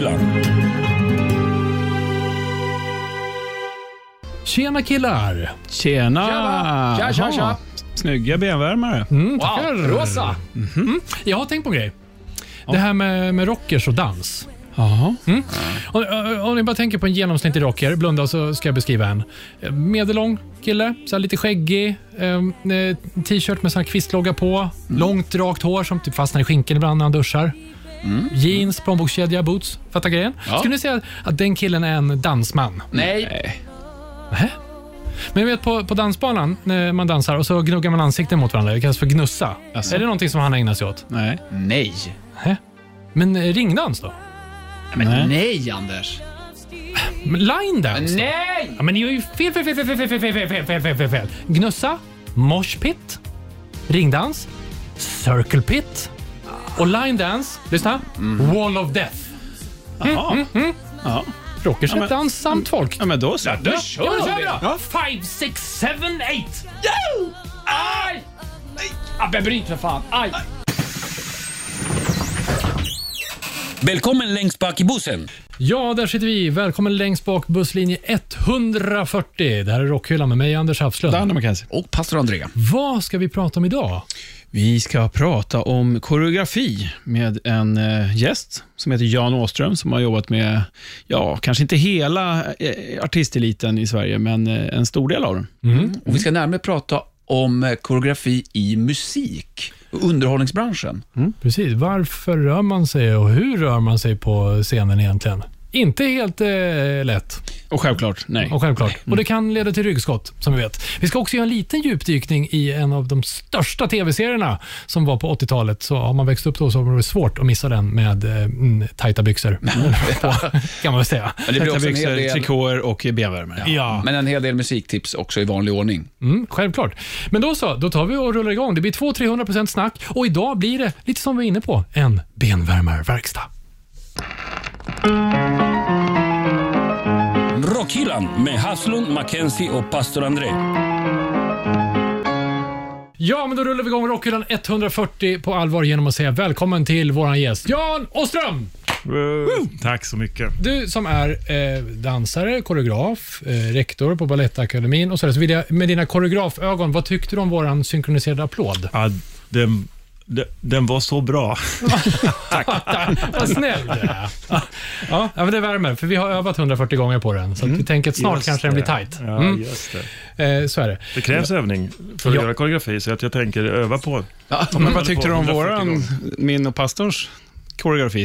Rockhyllan. Tjena killar! Tjena! Tja. Snygga benvärmare. Tackar. Wow, rosa. Jag har tänkt på en grej. Det här med rockers och dans. Jaha. Om ni bara tänker på en genomsnittlig rocker, blunda så ska jag beskriva en. Medellång kille, så här lite skäggig, t-shirt med sån här kvistlogga på, långt rakt hår som typ fastnar i skinken ibland när han duschar. Jeans, plånbokskedja, boots. Fattar grejen? Skulle ni säga att den killen är en dansman? Nej. Men jag vet på dansbanan när man dansar och så gnuggar man ansikten mot varandra. Det kallas för gnussa. Alltså. Är det någonting som han ägnar sig åt? Nej. Nej. Men ringdans då? Men nej, Anders. Men line dance då? Nej! Ja, men ni gör ju fel. Gnussa, moshpit, ringdans, circle pit och line dance. Lyssna. Wall of death. Ja. Rockers är danssamt folk. Ja, men då så. Då kör vi då. 5, 6, 7, 8. Aj! Abbe, bryt för fan. Aj! Välkommen längst bak i bussen. Ja, där sitter vi. Välkommen längst bak busslinje 140. Det här är Rockhyllan med mig, Anders Hafslund. Danne McKenzie. Och pastor Andrea. Vad ska vi prata om idag? Vi ska prata om koreografi med en gäst som heter Jan Åström som har jobbat med, kanske inte hela artisteliten i Sverige, men en stor del av den. Och vi ska närmare prata om koreografi i musik och underhållningsbranschen. Precis. Varför rör man sig och hur rör man sig på scenen egentligen? Inte helt lätt. Och självklart, nej. Och självklart. Och det kan leda till ryggskott, som vi vet. Vi ska också göra en liten djupdykning i en av de största tv-serierna som var på 80-talet. Så har man växt upp då så har det svårt att missa den med tajta byxor. Kan man väl säga. Men det blir också en hel Byxor, del, trikåer och benvärmare. Ja. men en hel del musiktips också i vanlig ordning. Självklart. Men då så, då tar vi och rullar igång. Det blir 200-300% snack. Och idag blir det, lite som vi är inne på, en benvärmarverkstad. Rockhyllan med Hafslund, McKenzie och pastor André. Ja, men då rullar vi igång Rockhyllan 140 på allvar genom att säga välkommen till våran gäst, Jan Åström! Tack så mycket. Du som är dansare, koreograf, rektor på Balettakademin och så vill jag, med dina koreografögon, vad tyckte du om våran synkroniserade applåd? Ja, den var så bra. Tack. Vad snäll du är. Ja, men det värmer, för vi har övat 140 gånger på den. Så att vi tänker att snart Just kanske den blir tight. Ja, just det. Så är det. Det krävs övning för att göra koreografi, så att jag tänker öva på. Men vad tyckte du om min och pastorns koreografi?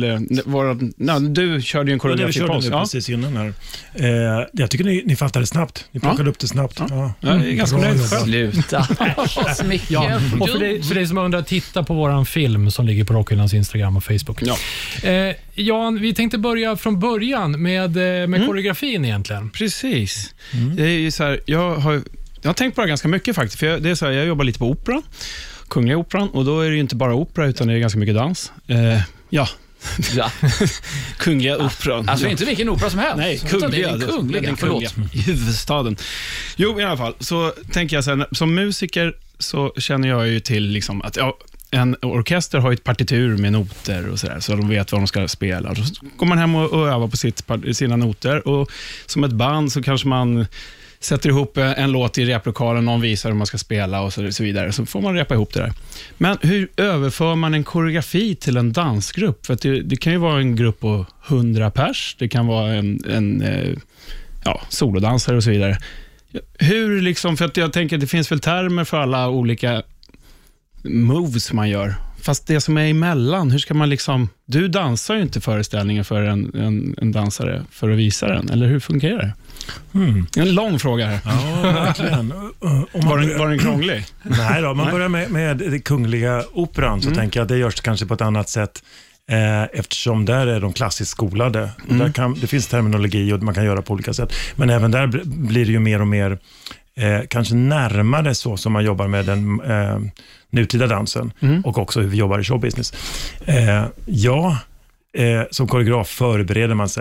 Du körde ju en koreografi på oss. Precis innan här. Jag tycker ni fattade snabbt. Ni plockade upp det snabbt. Jag är ganska nöjd. Sluta. Ja, och för dig som undrar, titta på våran film som ligger på Rockhyllans Instagram och Facebook. Ja. Jan, vi tänkte börja från början med koreografin egentligen. Precis. Det är ju så här, jag har tänkt på det ganska mycket faktiskt. För det är så här, jag jobbar lite på operan. Kungliga Operan, och då är det ju inte bara opera utan det är ganska mycket dans. Ja. Kungliga Operan. Alltså inte vilken opera som helst. Nej, kungliga i huvudstaden. Jo, i alla fall, så tänker jag så här, som musiker så känner jag ju till liksom att en orkester har ett partitur med noter och sådär, så de vet vad de ska spela. Så går man hem och övar på sina noter, och som ett band så kanske man sätter ihop en låt i replokalen, någon visar hur man ska spela och så vidare. Så får man repa ihop det där. Men hur överför man en koreografi till en dansgrupp? För att det kan ju vara en grupp på 100 pers. Det kan vara en solodansare och så vidare. Hur liksom, för att jag tänker att det finns väl termer för alla olika moves man gör. Fast det som är emellan, hur ska man liksom... Du dansar ju inte föreställningen för en dansare för att visa den, eller hur fungerar det? En lång fråga här. Ja, verkligen. Var den krånglig? Nej då, man börjar med det Kungliga Operan, så tänker jag att det görs kanske på ett annat sätt, eftersom där är de klassiskt skolade. Och där det finns terminologi och man kan göra på olika sätt. Men även där blir det ju mer och mer kanske närmare så som man jobbar med den nutida dansen och också hur vi jobbar i showbusiness. Som koreograf förbereder man sig.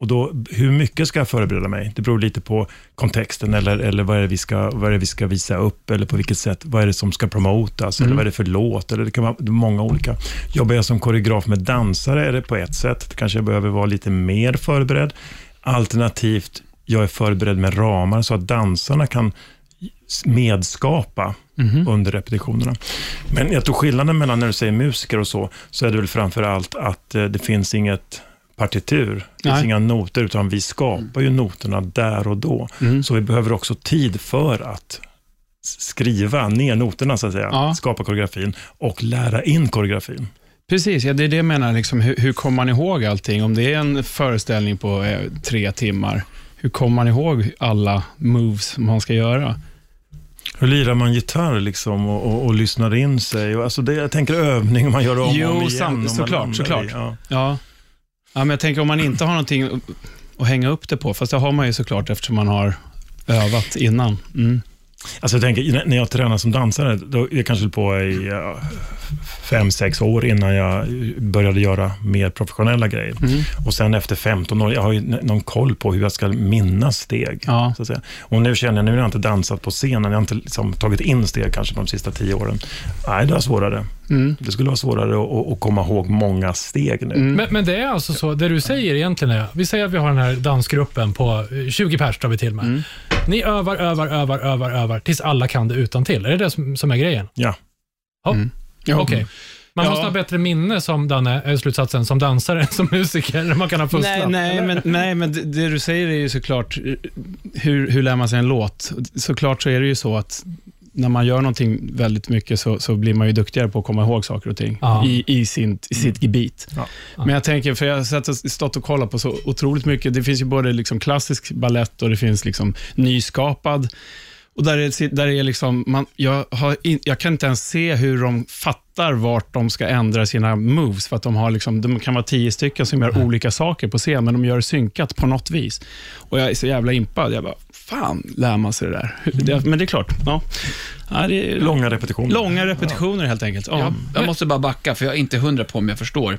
Och då, hur mycket ska jag förbereda mig? Det beror lite på kontexten eller vad är det vi ska visa upp eller på vilket sätt, vad är det som ska promotas eller vad är det för låt, eller det kan vara många olika. Jobbar jag som koreograf med dansare är det på ett sätt, kanske jag behöver vara lite mer förberedd. Alternativt, jag är förberedd med ramar så att dansarna kan medskapa under repetitionerna. Men jag tror skillnaden mellan när du säger musiker och så är det väl framförallt att det finns inget partitur. Det finns inga noter, utan vi skapar ju noterna där och då. Så vi behöver också tid för att skriva ner noterna så att säga. Skapa koreografin och lära in koreografin. Precis, ja, det är det jag menar. Liksom, hur kommer man ihåg allting? Om det är en föreställning på 3 timmar, hur kommer man ihåg alla moves man ska göra? Hur lirar man gitarr liksom och lyssnar in sig? Och, alltså det, jag tänker övning man gör om och om igen. Såklart. Ja, men jag tänker om man inte har någonting att hänga upp det på, fast det har man ju såklart eftersom man har övat innan. Alltså jag tänker, när jag tränar som dansare, då jag kanske på i 5-6 år innan jag började göra mer professionella grejer. Och sen efter 15 år, jag har ju någon koll på hur jag ska minnas steg. Så att säga. Och nu känner jag, nu har jag inte dansat på scenen, jag har inte liksom tagit in steg kanske de sista 10 åren. Nej, det var svårare. Det skulle vara svårare att komma ihåg många steg nu. Men det är alltså så, det du säger egentligen är, vi säger att vi har den här dansgruppen på 20 pers tar vi till med. Ni övar tills alla kan det utan till. Är det det som är grejen? Ja. Okej. Man måste ha bättre minne som Danne, slutsatsen, som dansare än som musiker. Man kan ha pusslat. Nej, men det du säger är ju såklart hur lär man sig en låt? Såklart så är det ju så att när man gör någonting väldigt mycket så blir man ju duktigare på att komma ihåg saker och ting i sitt gebit. Men jag tänker, för jag har stått och kollat på så otroligt mycket. Det finns ju både liksom klassisk ballett och det finns liksom nyskapad. Och där är liksom, jag kan inte ens se hur de fattar vart de ska ändra sina moves, för att de har liksom, de kan vara 10 stycken som gör olika saker på scen, men de gör synkat på något vis. Och jag är så jävla impad. Jag bara, fan, lär man sig det där? Men det är klart, det är långa repetitioner. Långa repetitioner helt enkelt. Jag måste bara backa, för jag är inte 100 på om jag förstår.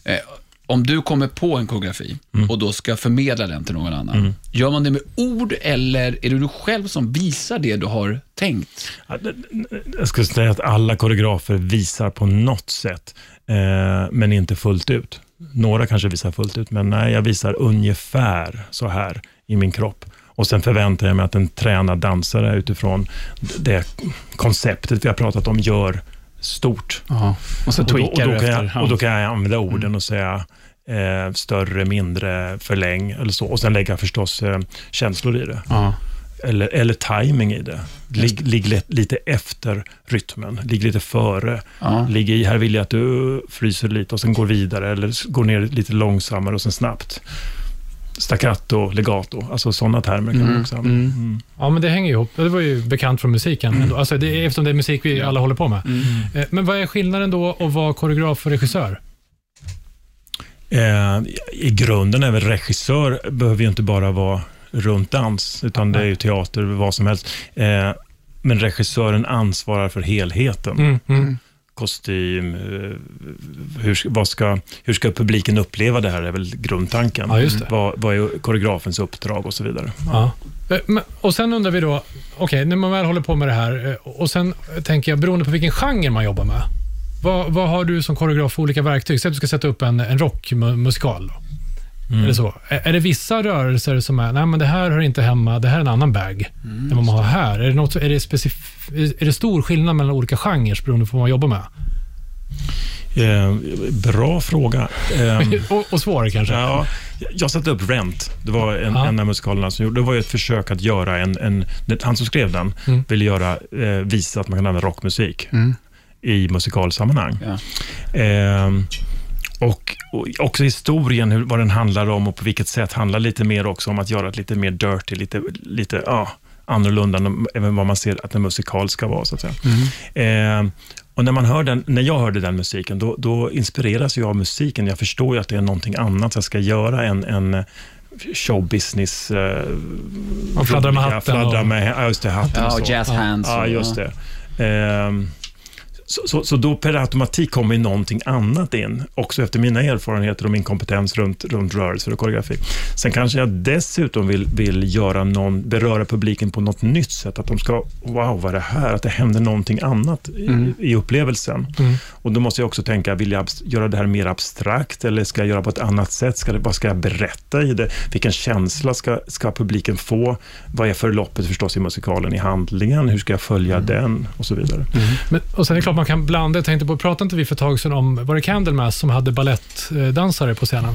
Om du kommer på en koreografi och då ska förmedla den till någon annan, gör man det med ord eller är det du själv som visar det du har tänkt? Jag skulle säga att alla koreografer visar på något sätt, men inte fullt ut. Några kanske visar fullt ut, men nej, jag visar ungefär så här i min kropp. Och sen förväntar jag mig att en tränad dansare utifrån det konceptet vi har pratat om gör stort. Och så tweakar och då kan jag använda orden och säga större, mindre, förläng eller så. Och sen lägga förstås känslor i det. Eller timing i det. Ligg lite efter rytmen. Ligg lite före. Ligg i, här vill jag att du fryser lite och sen går vidare. Eller går ner lite långsammare och sen snabbt. Staccato, legato, alltså sådana termer kan man också använda. Ja, men det hänger ihop. Det var ju bekant från musiken. Alltså eftersom det är musik vi alla håller på med. Men vad är skillnaden då att vara koreograf och regissör? I grunden är väl regissör behöver ju inte bara vara runt dans, utan det är ju teater, vad som helst. Men regissören ansvarar för helheten. Kostym, hur ska publiken uppleva det här är väl grundtanken. Just det. Vad är koreografens uppdrag och så vidare. Och sen undrar vi då, när man väl håller på med det här, och sen tänker jag, beroende på vilken genre man jobbar med, vad har du som koreograf för olika verktyg? Säg att du ska sätta upp en rockmusikal då. Eller så. Är det vissa rörelser som är, nej men det här hör inte hemma, det här är en annan bag än vad man har här? Är det stor skillnad mellan olika genrer beroende på vad man jobbar med? Bra fråga. och svårare kanske. Ja, jag satte upp Rent. Det var en av musikalerna som gjorde. Det var ju ett försök att göra han som skrev den ville visa att man kan använda rockmusik i musikalsammanhang. Och också historien, vad den handlar om och på vilket sätt handlar lite mer också om att göra ett lite mer dirty, lite annorlunda än vad man ser att en musikal ska vara, så att säga. Och när jag hörde den musiken, då inspireras jag av musiken. Jag förstår ju att det är någonting annat. Jag ska göra en showbusiness. Man fladdrar med hatten. Just det, hatten. Ja, jazz hands. Ja, just det. Så då per automatik kommer någonting annat in, också efter mina erfarenheter och min kompetens runt rörelser och koreografi. Sen kanske jag dessutom vill beröra publiken på något nytt sätt, att de ska, wow, vad är det här? Att det händer någonting annat i upplevelsen. Och då måste jag också tänka, vill jag göra det här mer abstrakt, eller ska jag göra på ett annat sätt? Vad ska jag berätta i det? Vilken känsla ska publiken få? Vad är förloppet förstås i musikalen, i handlingen? Hur ska jag följa den? Och så vidare. Men, och sen är det klart man kan blanda. Jag tänkte på, pratade inte vi för ett tag sedan om, var det Candlemass som hade ballettdansare på scenen?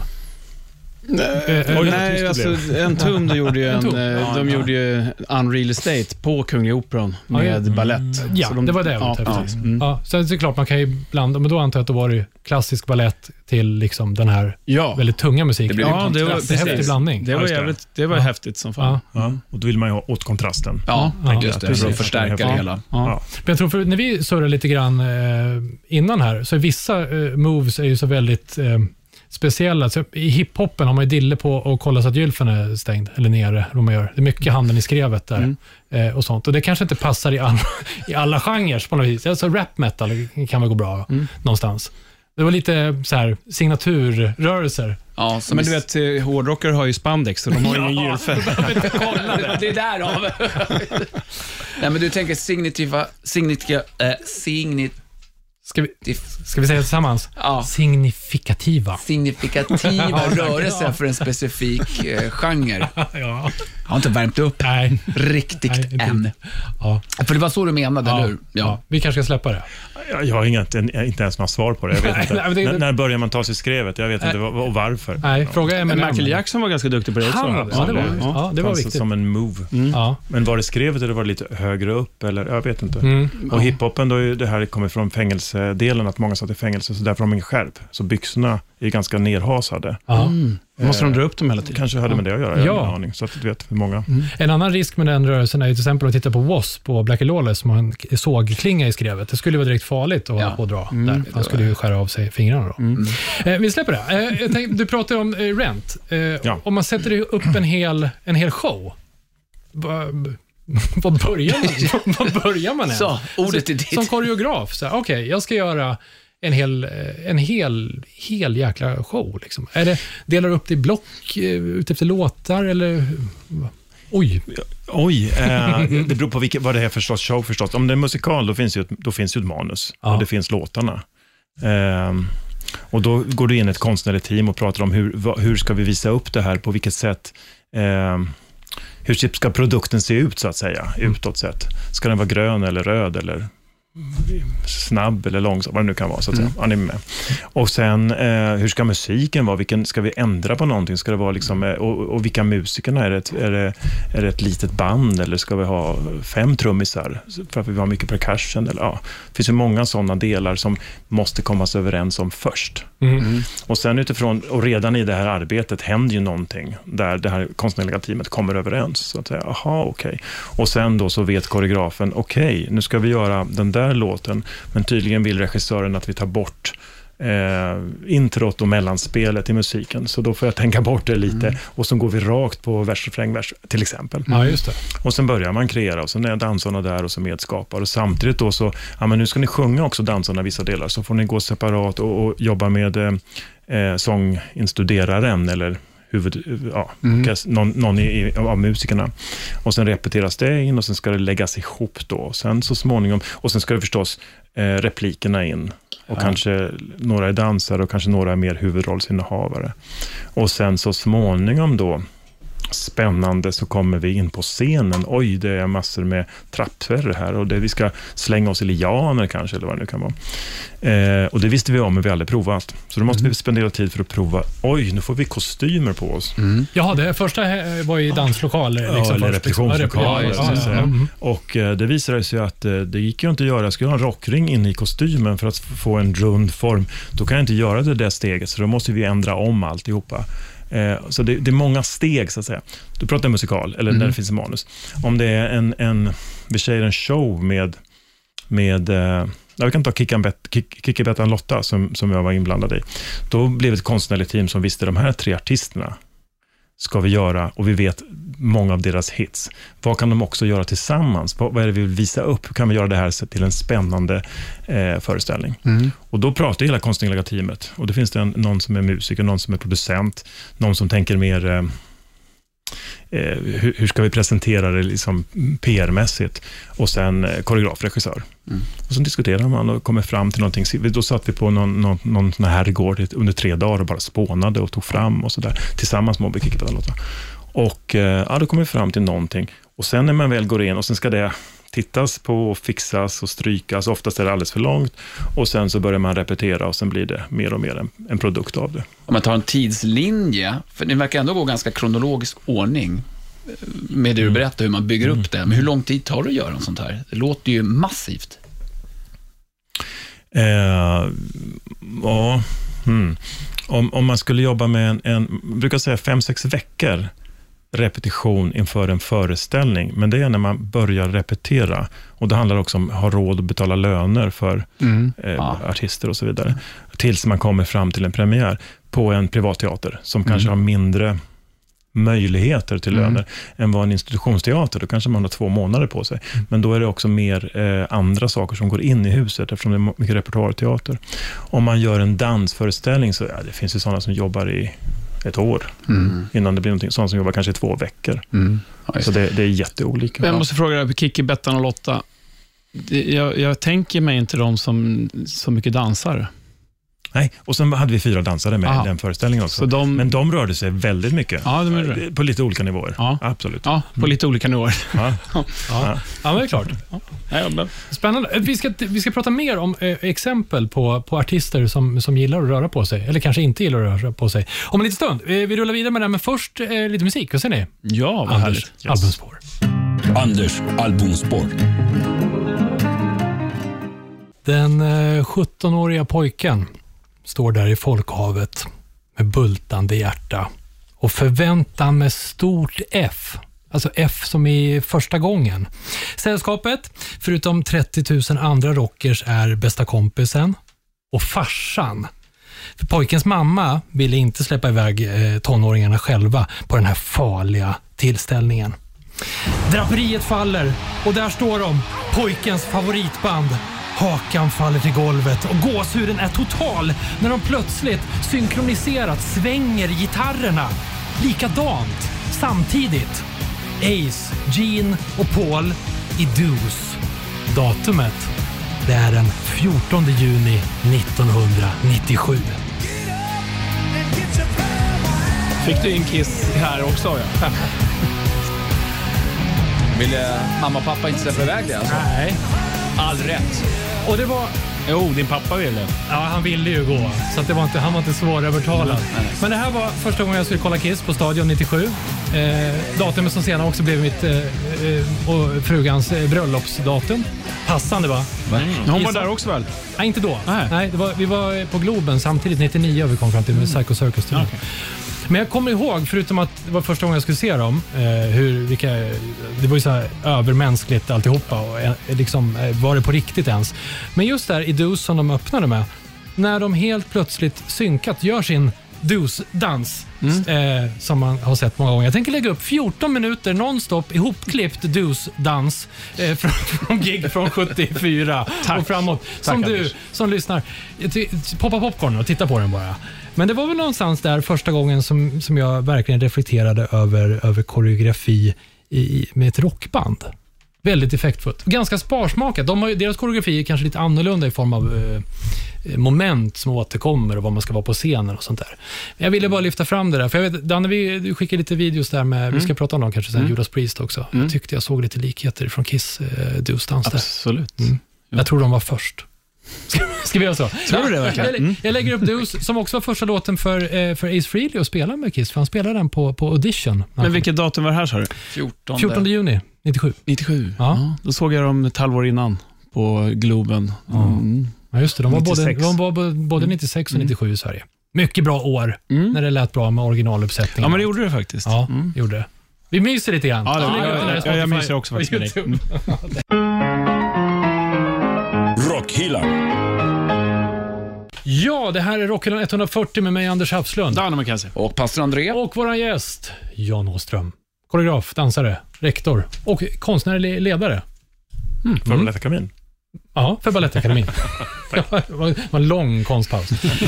Nej, alltså Entombed gjorde ju de gjorde ju Unreal Estate på Kungliga Operan med ballett. Ja, det var det jag var precis. Sen är det klart man kan ju blanda, men då antar jag att det var det klassisk ballett till liksom den här väldigt tunga musiken. Det var häftig blandning. Det var häftigt som fan. Och då vill man ju ha åt kontrasten. Just det, för att förstärka det hela. Men jag tror, för när vi surrar lite grann innan här, så är vissa moves är ju så väldigt speciella. Så i hiphoppen har man ju dille på att kolla så att gylfen är stängd eller nere. Vad man gör. Det är mycket handen i skrevet där och sånt. Och det kanske inte passar i alla genrer på något vis. Alltså rap metal kan väl gå bra någonstans. Det var lite så här signaturrörelser. Ja, men du vet, hårdrockare har ju spandex, så de har ju ingen gylfen. Det är därav. Nej, men du tänker Ska vi säga tillsammans? Ja. Signifikativa rörelser för en specifik genre. Jag har inte värmt upp riktigt än. För det var så du menade, eller hur? Ja. Vi kanske ska släppa det. Jag har inte ens något svar på det. Jag vet inte. När börjar man ta sig skrevet? Jag vet inte och varför. Nej, fråga är, men Michael Jackson var ganska duktig på det också. Det var viktigt. Som en move. Men var det skrevet eller var det lite högre upp? Eller, jag vet inte. Och hiphopen, då är det här kommer från fängelsedelen, att många satt i fängelse, så därför har de ingen skärp. Så byxorna är ganska nerhasade. Måste de dra upp dem hela tiden? Kanske hade med det att göra, jag har ingen aning. Så att du vet hur många. En annan risk med den rörelsen är ju till exempel att titta på W.A.S.P. på Blackie Lawless som har en sågklinga i skrevet. Det skulle vara direkt farligt att dra där. Han skulle ju skära av sig fingrarna då. Vi släpper det. Jag tänkte, du pratade om Rent. Om man sätter upp en hel show, vad börjar man än? Så, ordet är ditt. Som koreograf. Okej, jag ska göra en hel jäkla show. Liksom. Delar upp det i block utefter låtar eller... Oj, det beror på vad det är för show förstås. Om det är musikal, då finns ju ett manus och det finns låtarna. Och då går du in ett konstnärligt team och pratar om hur ska vi visa upp det här, på vilket sätt, hur ska produkten se ut så att säga, utåt sett. Ska den vara grön eller röd eller snabb eller långsam, vad det nu kan vara så att säga. Ja, ni är med. Och sen hur ska musiken vara? Ska vi ändra på någonting? Ska det vara liksom, och vilka musikerna är det ett litet band eller ska vi ha 5 trummisar för att vi har mycket percussion eller det finns ju många sådana delar som måste komma sig överens om först. Och sen utifrån, och redan i det här arbetet händer ju någonting där det här konstnärliga teamet kommer överens så att säga, okej. Och sen då så vet koreografen, nu ska vi göra den där låten, men tydligen vill regissören att vi tar bort introt och mellanspelet i musiken, så då får jag tänka bort det lite och så går vi rakt på vers, refräng, vers till exempel. Ja, just det. Och sen börjar man kreera och sen är dansarna där och så medskapar och samtidigt då så, men nu ska ni sjunga också dansarna vissa delar, så får ni gå separat och jobba med sånginstuderaren eller någon av musikerna. Och sen repeteras det in och sen ska det läggas ihop då. Och sen så småningom, och sen ska det förstås replikerna in. Och kanske några är dansare och kanske några är mer huvudrollsinnehavare. Och sen så småningom då, spännande, så kommer vi in på scenen. Oj, det är massor med trappor här och vi ska slänga oss i lianer kanske, eller vad det nu kan vara. Och det visste vi om, men vi aldrig provat. Så då måste vi spendera tid för att prova. Oj, nu får vi kostymer på oss. Ja, det första var i danslokaler. Liksom, eller repetitionslokaler. Och det visade sig att det gick ju inte att göra. Jag skulle ha en rockring in i kostymen för att få en rund form. Då kan jag inte göra det där steget, så då måste vi ändra om alltihopa. Så det är många steg så att säga. Du pratar musikal, eller när det finns en manus. Om det är en show med vi kan ta Kicki Bettan Lotta som jag var inblandad i. Då blev ett konstnärligt team som visste de här 3 artisterna. ska vi göra, och vi vet många av deras hits. Vad kan de också göra tillsammans? Vad är det vi vill visa upp? Hur kan vi göra det här till en spännande föreställning? Och då pratar hela konstnärliga teamet. Och det finns det någon som är musiker, någon som är producent, någon som tänker mer hur ska vi presentera det liksom PR-mässigt, och sen koreografregissör. Och så diskuterar man och kommer fram till någonting. Då satt vi på någon sån här herrgård under 3 dagar och bara spånade och tog fram och sådär tillsammans med Moby Kikki-Petalotta. Och då kommer vi fram till någonting, och sen när man väl går in och sen ska det tittas på och fixas och strykas, oftast är det alldeles för långt, och sen så börjar man repetera och sen blir det mer och mer en produkt av det. Om man tar en tidslinje, för det verkar ändå gå ganska kronologisk ordning med det du berättar, hur man bygger upp det, men hur lång tid tar det att göra en sånt här? Det låter ju massivt. Om man skulle jobba med brukar säga 5-6 veckor repetition inför en föreställning, men det är när man börjar repetera, och det handlar också om att ha råd att betala löner för artister och så vidare, tills man kommer fram till en premiär på en privatteater som kanske har mindre möjligheter till löner än vad en institutionsteater. Då kanske man har 2 månader på sig. Men då är det också mer andra saker som går in i huset, eftersom det är mycket repertoarteater. Om man gör en dansföreställning så det finns ju sådana som jobbar i 1 år innan det blir någonting. Sådana som jobbar kanske i 2 veckor. Så det är jätteolika. Jag måste fråga dig, Kikki, Bettan och Lotta. Jag tänker mig inte dem som så mycket dansare. Nej, och sen hade vi 4 dansare med i den föreställningen också. Så men de rörde sig väldigt mycket. På lite olika nivåer. Ja. Absolut. Ja, på lite olika nivåer. Ja, men det är klart. Spännande. Vi ska prata mer om exempel på artister som gillar att röra på sig, eller kanske inte gillar att röra på sig. Om en liten stund. Vi rullar vidare med det, men först lite musik. Vad säger ni? Ja, vad härligt. Albumspår. Anders albumspår. Den 17-åriga pojken står där i folkhavet med bultande hjärta och förväntan med stort F. Alltså F som i första gången. Sällskapet, förutom 30 000 andra rockers, är bästa kompisen och farsan. För pojkens mamma ville inte släppa iväg tonåringarna själva på den här farliga tillställningen. Draperiet faller och där står de, pojkens favoritband. Hakan faller till golvet och gåshuden är total när de plötsligt synkroniserat svänger gitarrerna likadant samtidigt. Ace, Gene och Paul i Deuce. Datumet, det är den 14 juni 1997. Fick du in Kiss här också? Ja. Ville mamma och pappa inte släppa iväg det alltså? Nej. All rätt. Och det var... Jo, din pappa ville. Ja, han ville ju gå. Så att han var inte svårövertalad. Men det här var första gången jag skulle kolla Kiss på Stadion 97. Datumet som senare också blev mitt och frugans bröllopsdatum. Passande, va? Hon var där också väl? Nej, inte då. Nej, vi var på Globen samtidigt 99 och vi kom fram till Psycho Circus. Okay. Men jag kommer ihåg, förutom att det var första gången jag skulle se dem, det var ju så här övermänskligt alltihopa och liksom, var det på riktigt ens. Men just där i Deuce som de öppnade med, när de helt plötsligt synkat gör sin Deuce-dans som man har sett många gånger. Jag tänker lägga upp 14 minuter nonstop ihopklippt Deuce-dans från gig från 74 och framåt. Som du som lyssnar, poppa popcorn och titta på den bara. Men det var väl någonstans där första gången som jag verkligen reflekterade över koreografi med ett rockband. Väldigt effektfullt. Ganska sparsmakat. Deras koreografi är kanske lite annorlunda i form av moment som återkommer och vad man ska vara på scenen och sånt där. Men jag ville bara lyfta fram det där. För jag vet, Danne, vi skickar lite videos där med, vi ska prata om dem kanske sen, Judas Priest också. Jag tyckte jag såg lite likheter från Kiss Deuce-dans där. Absolut. Jag tror de var först. Ska vi göra så? Tror du det verkligen? Jag lägger upp Deuce som också var första låten för Ace Frehley att spela med Kiss, för han spelade den på audition. Men vilket datum var det här, sa du? 14 juni 97. 97? Ja. Då såg jag dem ett halvår innan på Globen. Ja, just det. De var både 96 och 97 i Sverige. Mycket bra år när det lät bra med originaluppsättningen. Ja, men det gjorde det faktiskt. Ja, gjorde det. Vi myser lite grann. Ja, jag myser också faktiskt med dig. Ja, det här är Rockhyllan 140 med mig, Anders Hafslund. Danne McKenzie. Och pastor André. Och våran gäst, Jan Åström. Koreograf, dansare, rektor och konstnärlig ledare. För Balettakademin. Ja, för Balettakademin. Det var en lång konstpaus.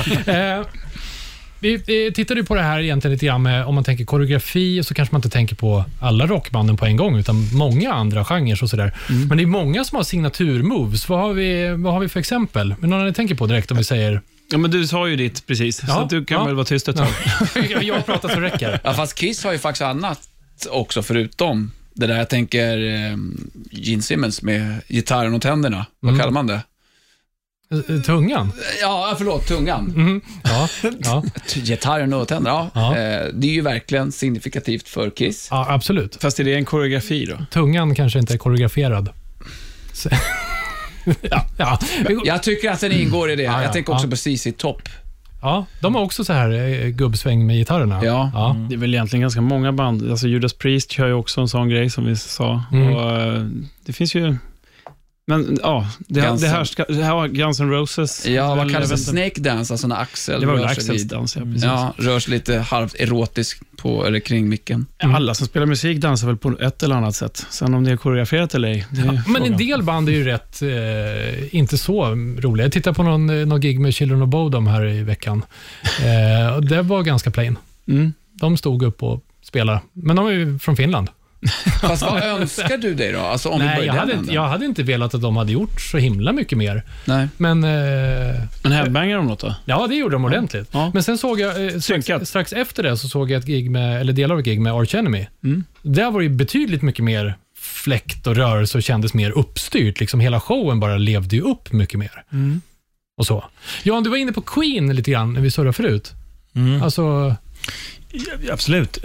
Vi tittade ju på det här egentligen lite grann med, om man tänker koreografi, så kanske man inte tänker på alla rockbanden på en gång, utan många andra genrer och sådär. Men det är många som har signaturmoves. Vad har vi för exempel? Men någon ni tänker på direkt om vi säger... Ja, men du sa ju ditt precis, så att du kan väl vara tyst ett tag. Jag pratar så räcker. Ja, fast Kiss har ju faktiskt annat också förutom det där. Jag tänker Gene Simmons med gitarren och tänderna. Vad kallar man det? Tungan? Ja, förlåt, tungan. Ja. Gitarren och tänderna, Ja. det är ju verkligen signifikativt för Kiss. Ja, absolut. Fast är det en koreografi då? Tungan kanske inte är koreograferad. Så. Ja. Jag tycker att den ingår i det. Ja. Jag tänker också på CC Top. Ja, de har också så här gubbsväng med gitarrerna. Ja. Det är väl egentligen ganska många band. Alltså Judas Priest kör ju också en sån grej som vi sa. Och det finns ju... Men ja, det här Guns N' Roses. Ja, vad kallas det? Snake Dance, alltså när Axel det var väl rör sig Axels vid. dans, ja, precis. Ja, rör sig lite halvt erotiskt på eller kring micken. Alla som spelar musik dansar väl på ett eller annat sätt. Sen om det är koreograferat eller ej. Men en del band är ju rätt inte så roliga. Jag tittade på någon gig med Children of Bodom här i veckan. Och det var ganska plain. De stod upp och spelade. Men de är ju från Finland. Fast vad önskar du dig då? Alltså, om Nej, jag hade inte velat att de hade gjort så himla mycket mer. Nej. Men headbangar de något då? ja, det gjorde de ordentligt. Ja. Men sen såg jag strax efter det så såg jag ett gig med, eller delar av ett gig med Arch Enemy. Där var det betydligt mycket mer fläkt och rörelse och kändes mer uppstyrt. Liksom hela showen bara levde ju upp mycket mer. Och så. Jan, du var inne på Queen lite grann när vi surrade förut. Alltså... Ja, absolut.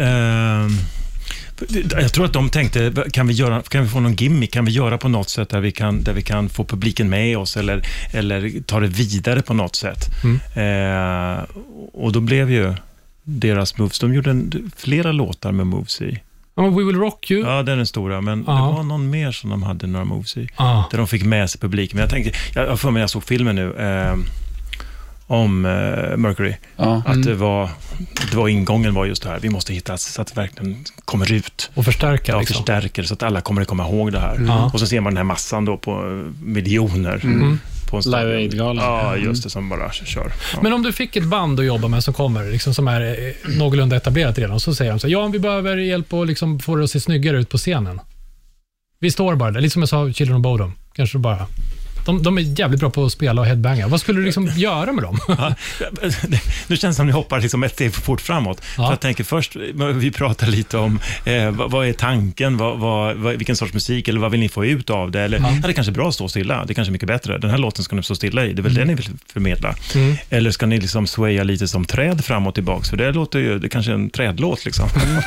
Jag tror att de tänkte, kan vi få någon gimmick? Kan vi göra på något sätt där vi kan få publiken med oss eller ta det vidare på något sätt? Och då blev ju deras moves, de gjorde flera låtar med moves i. We Will Rock You. Ja, den är den stora, men det var någon mer som de hade några moves i. Där de fick med sig publiken. Men jag tänkte, jag för mig jag såg filmen nu om Mercury. Att det var ingången var just det här. Vi måste hitta så att det verkligen kommer ut. Och förstärka. Ja, förstärker så att alla kommer att komma ihåg det här. Och så ser man den här massan då på miljoner. På en Live Aid-galan. Ja, just det, som bara kör. Ja. Men om du fick ett band att jobba med som kommer, liksom, som är någorlunda etablerat redan, så säger de så här, ja, vi behöver hjälp att liksom få det att se snyggare ut på scenen. Vi står bara där, lite som jag sa, Children of Bodom. Kanske bara... De är jävligt bra på att spela och headbanga. Vad skulle du liksom göra med dem? Nu känns det som att ni hoppar liksom ett steg för fort framåt. För jag tänker först, vi pratar lite om vad är tanken, vilken sorts musik, eller vad vill ni få ut av det? Eller, det är kanske bra att stå stilla, det är kanske mycket bättre. Den här låten ska ni stå stilla i, det är väl det ni vill förmedla. Eller ska ni liksom swaya lite som träd fram och tillbaka? För det låter ju, det kanske är en trädlåt liksom.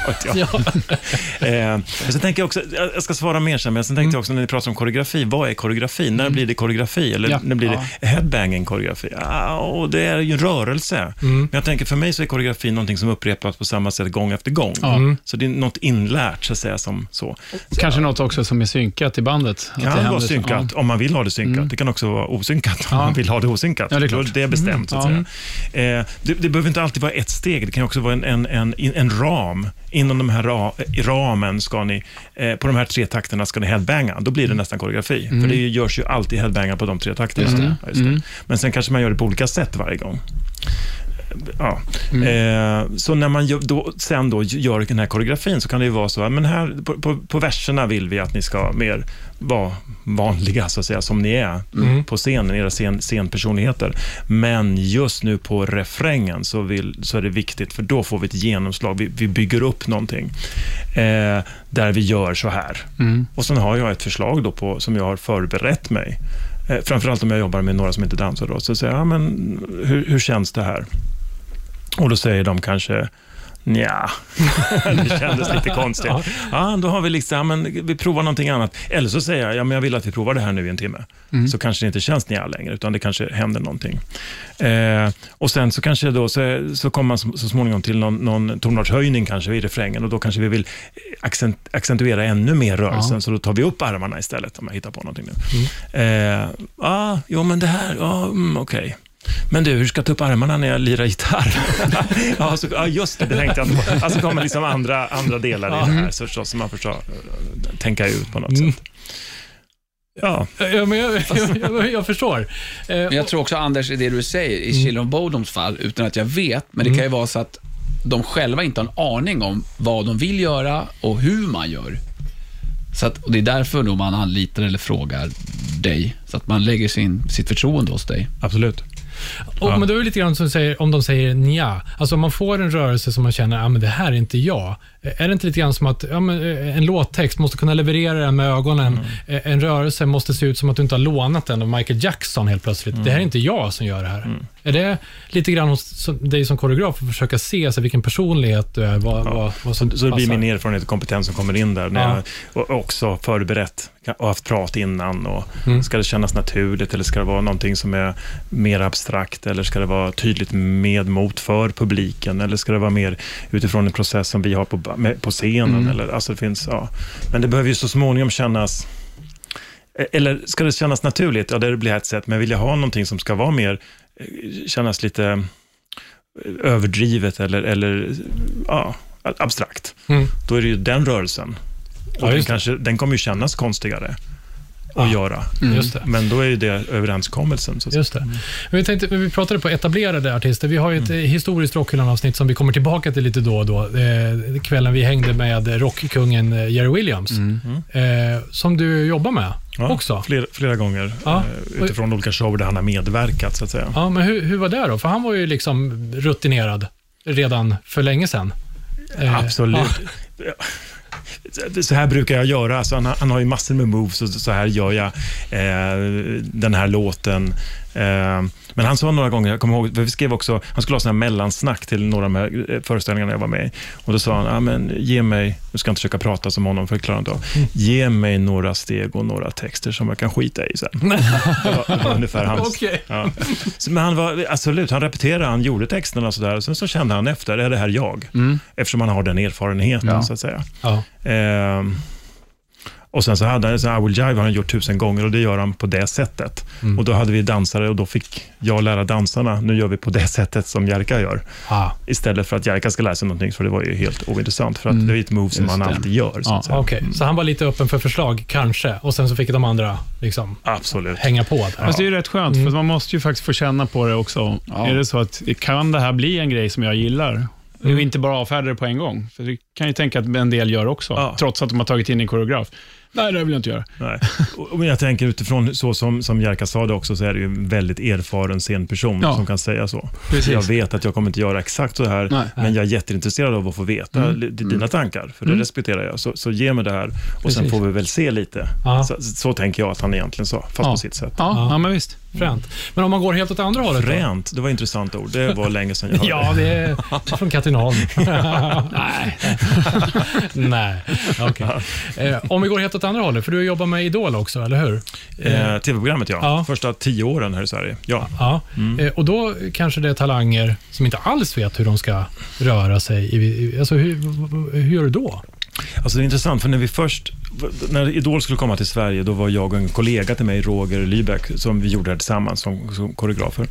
Så tänker jag också, jag ska svara mer sen, men sen tänkte jag också när ni pratar om koreografi, vad är koreografi? När blir det koreografi eller när blir det headbanging koreografi? Och det är ju en rörelse. Men jag tänker för mig så är koreografi någonting som upprepas på samma sätt gång efter gång. Så det är något inlärt så att säga som så. Kanske något också som är synkat i bandet. Det kan vara synkat om man vill ha det synkat. Det kan också vara osynkat om man vill ha det osynkat. Ja, det är bestämt så att säga. Det behöver inte alltid vara ett steg. Det kan också vara en ram. Inom de här ramen ska ni på de här 3 takterna ska ni headbanga. Då blir det nästan koreografi. För det görs ju alltid headbanga på de 3 takterna. Just det. Men sen kanske man gör det på olika sätt varje gång. Ja. Så när man sen gör den här koreografin så kan det ju vara så men här på verserna vill vi att ni ska mer vara vanliga så att säga som ni är på scenen, era scenpersonligheter. Men just nu på refrängen så är det viktigt för då får vi ett genomslag. Vi bygger upp någonting där vi gör så här. Och sen har jag ett förslag då som jag har förberett mig. Framförallt om jag jobbar med några som inte dansar då. Så säger jag, men hur känns det här? Och då säger de kanske, nja, det kändes lite konstigt. Ja, då har vi liksom, men vi provar någonting annat. Eller så säger jag, men jag vill att vi provar det här nu i en timme. Så kanske det inte känns nja längre, utan det kanske händer någonting. Och sen så kanske då, så kommer man så småningom till någon tonartshöjning kanske i refrängen. Och då kanske vi vill accentuera ännu mer rörelsen. Så då tar vi upp armarna istället, om jag hittar på någonting nu. Jo men det här, okej. Men du, hur ska jag ta upp armarna när jag lirar gitarr? Ja, just det tänkte jag inte på. Alltså kommer liksom andra delar i det här så som man förstår tänka ut på något sätt. Ja. Men jag förstår. Men jag tror också, Anders, i det du säger, i Children of Bodoms fall, utan att jag vet, men det kan ju vara så att de själva inte har en aning om vad de vill göra och hur man gör. Så att, och det är därför då man anlitar eller frågar dig, så att man lägger sitt förtroende hos dig. Absolut. Men då är det lite grann som säger, om de säger nja, alltså om man får en rörelse som man känner, men det här är inte jag. Är det inte lite grann som att en låttext måste kunna leverera den med ögonen, en rörelse måste se ut som att du inte har lånat den av Michael Jackson helt plötsligt. Det här är inte jag som gör det här. Är det lite grann hos dig som koreograf att försöka se så vilken personlighet du är, vad som så det blir min erfarenhet och kompetens som kommer in där när jag och också förberett och haft prat innan och ska det kännas naturligt eller ska det vara någonting som är mer abstrakt eller ska det vara tydligt med mot för publiken eller ska det vara mer utifrån en process som vi har på scenen eller alltså det finns men det behöver ju så småningom kännas, eller ska det kännas naturligt, det blir ett sätt, men vill jag ha någonting som ska vara mer kännas lite överdrivet eller abstrakt, då är det ju den rörelsen och den kommer ju kännas konstigare att göra. Just det. Men då är ju det överenskommelsen. Så just det. Vi pratade på etablerade artister. Vi har ju ett historiskt Rockhyllan-avsnitt som vi kommer tillbaka till lite då och då. Kvällen vi hängde med rockkungen Jerry Williams. Som du jobbar med också. Flera gånger. Utifrån olika shower där han har medverkat så att säga. Ja, men hur var det då? För han var ju liksom rutinerad redan för länge sedan. Absolut. Så här brukar jag göra. Alltså han har ju massor med moves och så här gör jag den här låten. Men han sa några gånger, jag kommer ihåg, vi skrev också, han skulle ha sån här mellansnack till några av de här föreställningarna jag var med i. Och då sa han, men ge mig, nu ska jag inte försöka prata som honom för att klara inte, ge mig några steg och några texter som jag kan skita i sen. Det var ungefär hans. Okay. Ja. Men han var, absolut, han repeterade, han gjorde texterna och sådär, och sen så kände han efter, är det här jag? Eftersom han har den erfarenheten så att säga. Ja. Och sen så hade han, I Will Jive har han gjort 1000 gånger och det gör han på det sättet. Och då hade vi dansare och då fick jag lära dansarna, nu gör vi på det sättet som Jerka gör. Istället för att Jerka ska lära sig någonting, för det var ju helt ointressant, för att det är ett move som man alltid gör. Så att säga. Okay. Så han var lite öppen för förslag, kanske, och sen så fick de andra liksom absolut hänga på. Fast det är ju rätt skönt, för man måste ju faktiskt få känna på det också. Är det så att, kan det här bli en grej som jag gillar? Det är ju inte bara avfärda det på en gång. För det kan ju tänka att en del gör också, trots att de har tagit in en koreograf. Nej, det vill jag inte göra. Nej. Och jag tänker utifrån så som Jerka sa det också, så är det ju en väldigt erfaren scenperson som kan säga så. Precis. Jag vet att jag kommer inte göra exakt så här, men jag är jätteintresserad av att få veta dina tankar, för det respekterar jag. Så ge mig det här och sen får vi väl se lite. Så tänker jag att han egentligen sa, fast på sitt sätt. Ja, men visst. Fränt. Men om man går helt åt andra hållet då? Fränt, det var ett intressant ord. Det var länge sedan jag hörde. Ja, det är från Katrineholm. Nej. Okay. Om vi går helt åt andra hållet, för du jobbar med Idol också, eller hur? TV-programmet, första 10 åren här i Sverige. Och då kanske det är talanger som inte alls vet hur de ska röra sig. Alltså, hur gör du då? Alltså det är intressant, för när Idol skulle komma till Sverige, då var jag och en kollega till mig, Roger Lybeck, som vi gjorde det tillsammans som koreografer.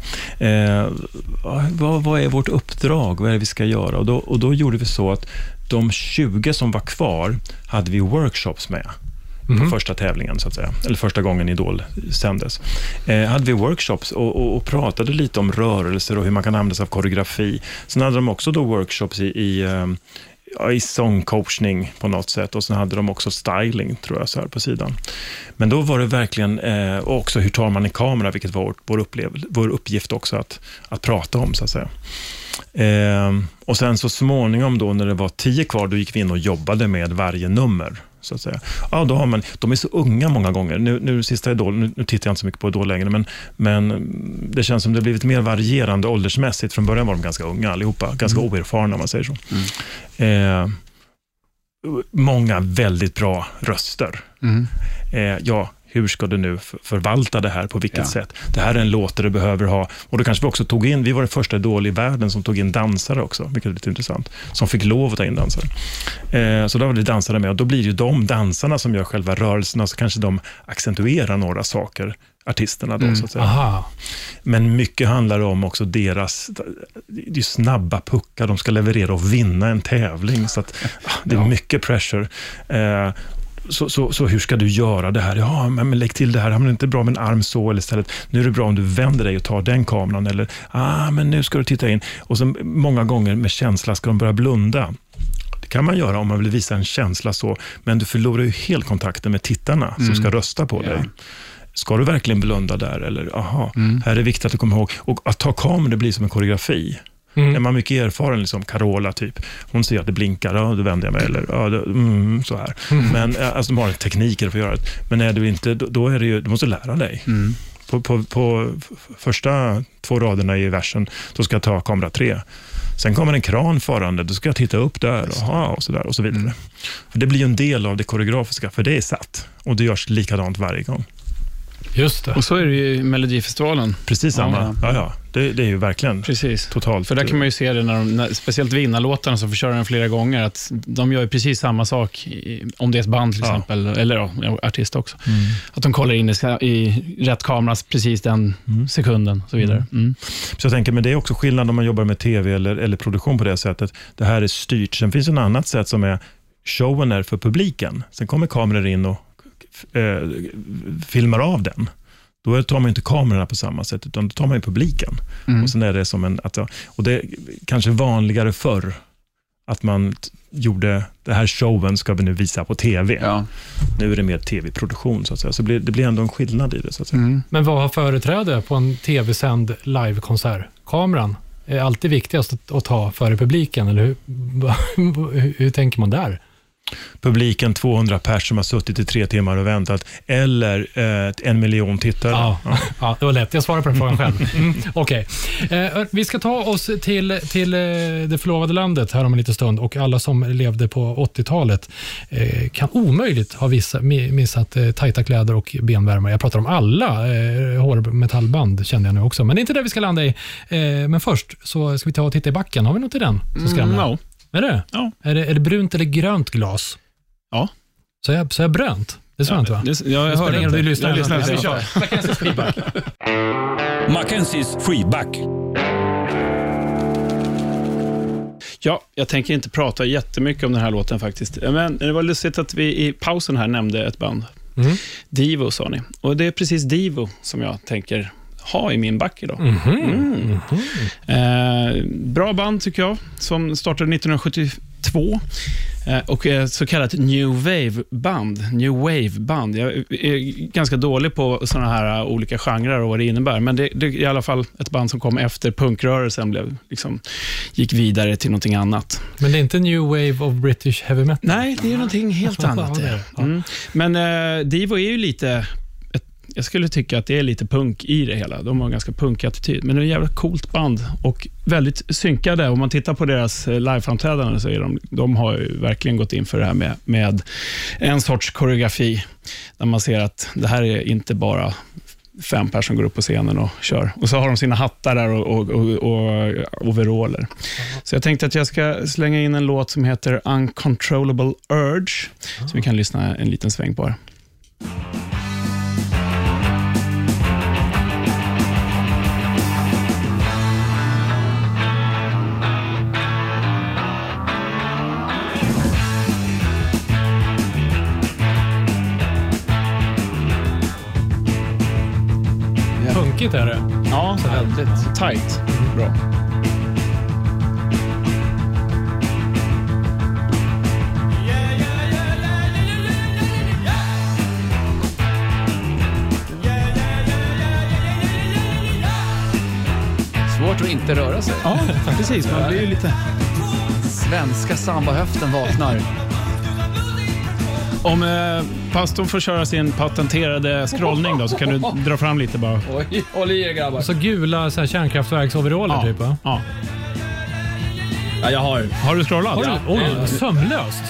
Vad är vårt uppdrag? Vad är det vi ska göra? Och då gjorde vi så att de 20 som var kvar hade vi workshops med på första tävlingen så att säga, eller första gången Idol sändes. Hade vi workshops och pratade lite om rörelser och hur man kan använda sig av koreografi. Sen hade de också då workshops i sångcoachning på något sätt, och sen hade de också styling, tror jag, så här på sidan. Men då var det verkligen också hur tar man en kamera, vilket var vår uppgift också att prata om så att säga. Och sen så småningom då, när det var 10 kvar, då gick vi in och jobbade med varje nummer så att säga. Ja, då har man, de är så unga många gånger. Nu sista Idol, nu tittar jag inte så mycket på Idol längre, men det känns som det har blivit mer varierande åldersmässigt. Från början var de ganska unga allihopa, ganska oerfarna om man säger så. Många väldigt bra röster. Hur ska du nu förvalta det här, på vilket sätt? Det här är en låt där du behöver ha, och då kanske vi också tog in, vi var den första Idol i världen som tog in dansare också, vilket är lite intressant, som fick lov att ta in dansare. Så då var det dansare med, och då blir ju de dansarna som gör själva rörelserna, så kanske de accentuerar några saker artisterna då, så att säga. Aha. Men mycket handlar om också det är snabba puckar, de ska leverera och vinna en tävling, så att det är mycket pressure. Så hur ska du göra det här? Ja, men lägg till det här. Men det är inte bra med en arm så, eller istället, nu är det bra om du vänder dig och tar den kameran, eller men nu ska du titta in. Och så många gånger med känsla ska de börja blunda. Det kan man göra om man vill visa en känsla så, men du förlorar ju helt kontakten med tittarna som ska rösta på dig. Ska du verkligen blunda där? Eller, här är viktigt att du kommer ihåg. Och att ta kameran, det blir som en koreografi. Är man mycket erfaren, liksom Carola typ, hon ser att det blinkar, då vänder jag mig, eller så här. Men alltså, de har tekniker för att göra det. Men är du inte, då är det ju, du måste lära dig. På första 2 raderna i versen, då ska jag ta kamera 3. Sen kommer en kran farande, då ska jag titta upp där och så där och så vidare. För det blir ju en del av det koreografiska, för det är satt. Och det görs likadant varje gång. Just det. Och så är det ju i Melodifestivalen. Precis samma. Ja. Det är ju verkligen totalt. För där kan man ju se det när speciellt vinnarlåtarna som får köra den flera gånger, att de gör ju precis samma sak om det är ett band till exempel, eller artist också. Att de kollar in i rätt kameras precis den sekunden och så vidare. Så jag tänker, men det är också skillnad om man jobbar med tv eller produktion på det sättet. Det här är styrt. Sen finns en annat sätt som är showen är för publiken. Sen kommer kameror in och filmar av den. Då tar man inte kamerorna på samma sätt, utan då tar man ju publiken. Och sen är det som och det är kanske vanligare förr att man gjorde det här showen ska vi nu visa på tv. Ja. Nu är det mer tv-produktion så att säga. Så det blir ändå en skillnad i det så att säga. Men vad har företräde på en tv-sänd livekonsert? Kameran är alltid viktigast att ta före publiken, eller hur tänker man där? Publiken 200 personer som har suttit i 3 timmar och väntat, eller 1 miljon tittare. Ja, det var lätt. Jag svarar på den frågan själv. Okej. Vi ska ta oss till det förlovade landet här om en liten stund, och alla som levde på 80-talet kan omöjligt ha missat tajta kläder och benvärmare. Jag pratar om alla hårmetallband, kände jag nu också. Men det är inte det vi ska landa i. Men först så ska vi ta och titta i backen. Har vi något i den som skramlar? No. Är det? Ja. Är det brunt eller grönt glas? Ja. Så jag brönt? Det sa jag inte, va? Jag hör det. Du lyssnar. Mackenzies freeback. Mackenzies freeback. Ja, jag tänker inte prata jättemycket om den här låten faktiskt. Men det var lustigt att vi i pausen här nämnde ett band. Divo sa ni. Och det är precis Divo som jag tänker ha i min back idag. Bra band tycker jag, som startade 1972 och så kallat New Wave-band. Jag är ganska dålig på såna här olika genrer och vad det innebär, men det är i alla fall ett band som kom efter punkrörelsen, gick vidare till någonting annat. Men det är inte New Wave of British Heavy Metal? Nej, det är någonting helt annat. Men Divo är ju lite... Jag skulle tycka att det är lite punk i det hela. De har en ganska punkig attityd. Men det är ett jävla coolt band och väldigt synkade. Om man tittar på deras liveframträdanden så är de har ju verkligen gått in för det här med en sorts koreografi. Där man ser att det här är inte bara 5 personer som går upp på scenen och kör. Och så har de sina hattar där och overaller. Så jag tänkte att jag ska slänga in en låt som heter Uncontrollable Urge. Så vi kan lyssna en liten sväng på det. Punkigt är det. Ja, väldigt tight. Bra. Svårt att inte röra sig. Ja, precis. Man blir ju lite... Svenska sambahöften vaknar. Om pastorn får köra sin patenterade scrollning då, så kan du dra fram lite bara. Oj, håll i er grabbar. Så gula så här kärnkraftsverksoveraller typ, va? Ja. Ja, jag har. Har du scrollat? Ja. Oj, sömlöst.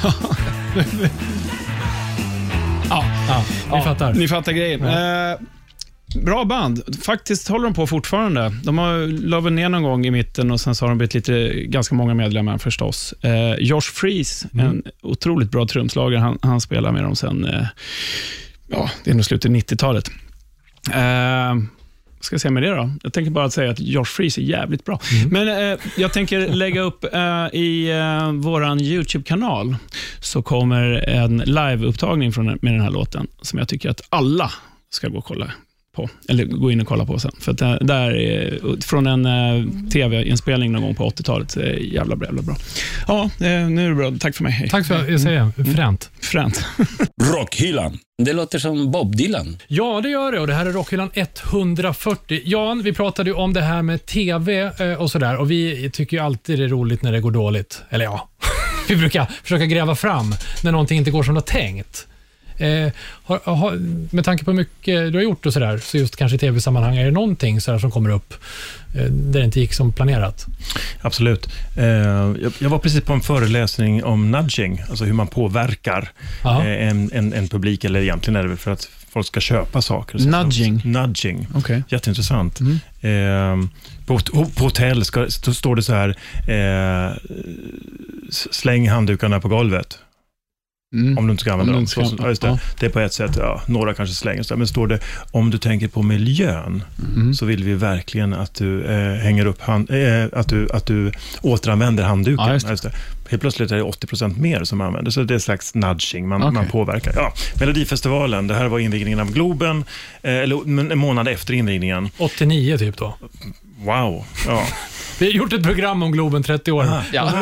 Vi fattar. Ni fattar grejen. Bra band. Faktiskt håller de på fortfarande. De har lavat ner någon gång i mitten och sen så har de blivit ganska många medlemmar förstås. Josh Freese, en otroligt bra trumslagare. Han spelar med dem sen, det är nog slutet 90-talet. Ska jag säga med det då? Jag tänker bara att säga att Josh Freese är jävligt bra. Men jag tänker lägga upp i våran YouTube-kanal så kommer en live-upptagning med den här låten som jag tycker att alla ska gå och kolla på. Eller gå in och kolla på sen. För att där är från en tv-inspelning någon gång på 80-talet. Jävla bra. Ja, nu är det bra. Tack för mig. Hej. Tack för att jag säger. Fränt. Rockhyllan. Det låter som Bob Dylan. Ja, det gör det. Och det här är Rockhyllan 140. Jan, vi pratade ju om det här med tv och sådär. Och vi tycker ju alltid det är roligt när det går dåligt. Eller ja, vi brukar försöka gräva fram när någonting inte går som det har tänkt. Med tanke på hur mycket du har gjort och sådär, så just kanske i tv-sammanhang, är det någonting sådär som kommer upp där det inte gick som planerat? Absolut. Jag var precis på en föreläsning om nudging, alltså hur man påverkar en publik, eller egentligen är det för att folk ska köpa saker. Nudging. Okay. Jätteintressant. På hotell står det så här, släng handdukarna på golvet. Om du inte ska använda dem. Det är på ett sätt, några kanske slänger. Men står det, om du tänker på miljön, så vill vi verkligen att du hänger upp att du återanvänder handduken. Ja, just det. Helt plötsligt är det 80% mer som använder. Så det är en slags nudging, man påverkar. Ja, Melodifestivalen, det här var invigningen av Globen, eller en månad efter invigningen. 89 typ då. Wow, ja. Vi har gjort ett program om Globen 30 år.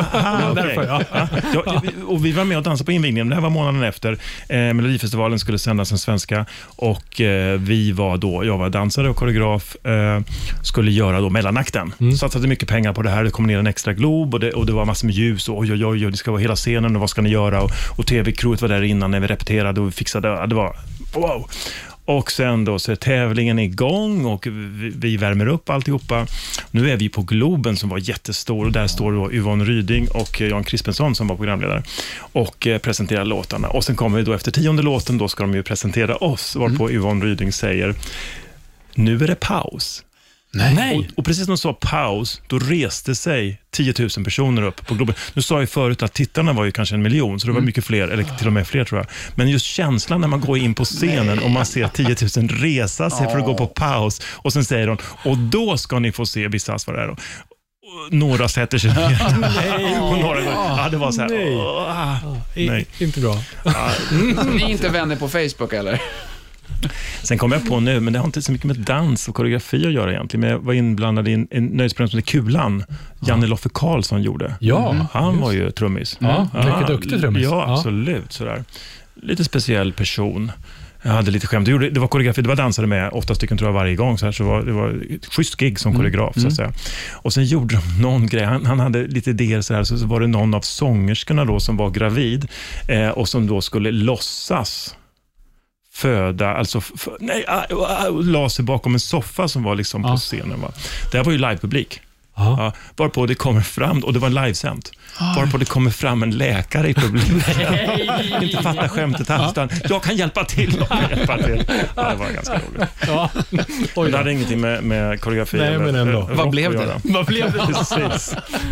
Och vi var med och dansade på invigningen. Det här var månaden efter. Melodifestivalen skulle sändas en svenska. Och vi var då, jag var dansare och koreograf, skulle göra då mellanakten. Satsade mycket pengar på det här. Det kom ner en extra glob och det var massor med ljus. Och oj, det ska vara hela scenen och vad ska ni göra? Och tv-crewet var där innan när vi repeterade och vi fixade. Det var wow. Och sen då så är tävlingen igång och vi värmer upp alltihopa. Nu är vi på Globen som var jättestor och där står då Yvonne Ryding och Jan Crispensson som var programledare och presenterar låtarna. Och sen kommer vi då efter 10:e låten, då ska de ju presentera oss, varpå Yvonne Ryding säger: nu är det paus. Nej. Och precis när de sa paus, då reste sig 10 000 personer upp på Globen. Nu sa jag förut att tittarna var ju kanske 1 miljon, så det var mycket fler, eller till och med fler tror jag. Men just känslan när man går in på scenen och man ser 10 000 resa sig för att gå på paus, och sen säger de, och då ska ni få se Bissas vad det är då. Några sätter sig ner. Och några går. Det var så här. Nej. Inte bra. Ni är inte vänner på Facebook eller? Sen kom jag på nu, men det har inte så mycket med dans och koreografi att göra egentligen. Men jag var inblandad i en nöjesprogram som heter Kulan. Janne Loffe Karlsson gjorde. Ja, han var ju trummis. Mycket duktig trummis. Ja, absolut. Sådär. Lite speciell person. Jag hade lite skämt. Det var koreografi, det var dansare med 8 stycken tror jag varje gång. Så det var ett schysst gig som koreograf så att säga. Och sen gjorde de någon grej. Han hade lite idéer så var det någon av sångerskorna då som var gravid och som då skulle låtsas föda, alltså la sig bakom en soffa som var liksom på scenen. Va? Det här var ju livepublik. Ja, varpå det kommer fram, och det var en livesänt. Varpå det kommer fram en läkare i publiken. Inte fatta skämtet här, utan jag kan hjälpa till. Det var ganska roligt. Men det hade ingenting med koreografi. Nej, men ändå. Vad blev det? Precis.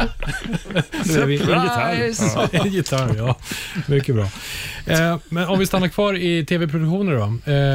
En gitarr, ja. Mycket bra. Men om vi stannar kvar i tv-produktioner då.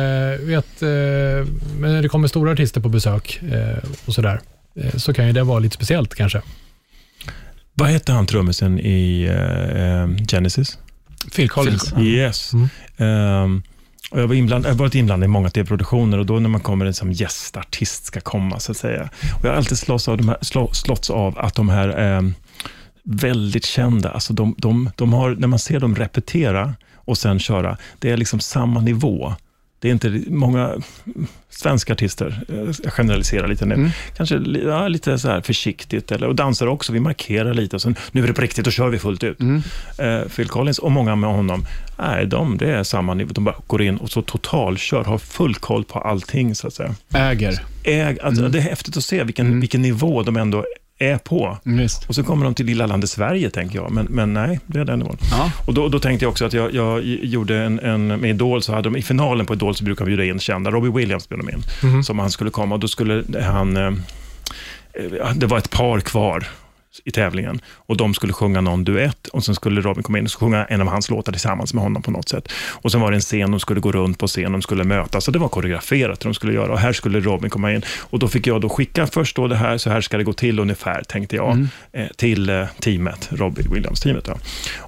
Men när det kommer stora artister på besök och sådär, så kan ju det vara lite speciellt kanske. Vad hette han trummisen i Genesis? Phil Collins. Yes. Och jag har varit inblandad i många tv-produktioner, och då när man kommer en som gästartist ska komma så att säga. Och jag har alltid slåtts av att de här väldigt kända, alltså de har, när man ser dem repetera och sen köra, det är liksom samma nivå. Det är inte många svenska artister, jag generaliserar lite nu, kanske lite så här försiktigt, och dansar också, vi markerar lite och sen, nu är det på riktigt och kör vi fullt ut. Phil Collins och många med honom, det är samma nivå, de bara går in och så totalkör, har full koll på allting så att säga. Alltså, det är häftigt att se vilken nivå de ändå är på. Och så kommer de till lilla landet Sverige, tänker jag. Men nej, det är den nivån. Och då tänkte jag också att jag gjorde en med Idol, så hade de i finalen på Idol så brukar vi bjuda in kända. Robbie Williams spelade in som han skulle komma, och då skulle han det var ett par kvar. i tävlingen. Och de skulle sjunga någon duett och sen skulle Robin komma in och sjunga en av hans låtar tillsammans med honom på något sätt. Och sen var det en scen, de skulle gå runt på scenen, de skulle mötas och det var koreograferat de skulle göra. Och här skulle Robin komma in. Och då fick jag då skicka först då det här, så här ska det gå till ungefär, tänkte jag, till teamet, Robbie Williams-teamet då.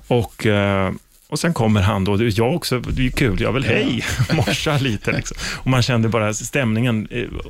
Och sen kommer han då, jag också, det är kul, jag vill hej, morsa lite liksom. Och man kände bara stämningen,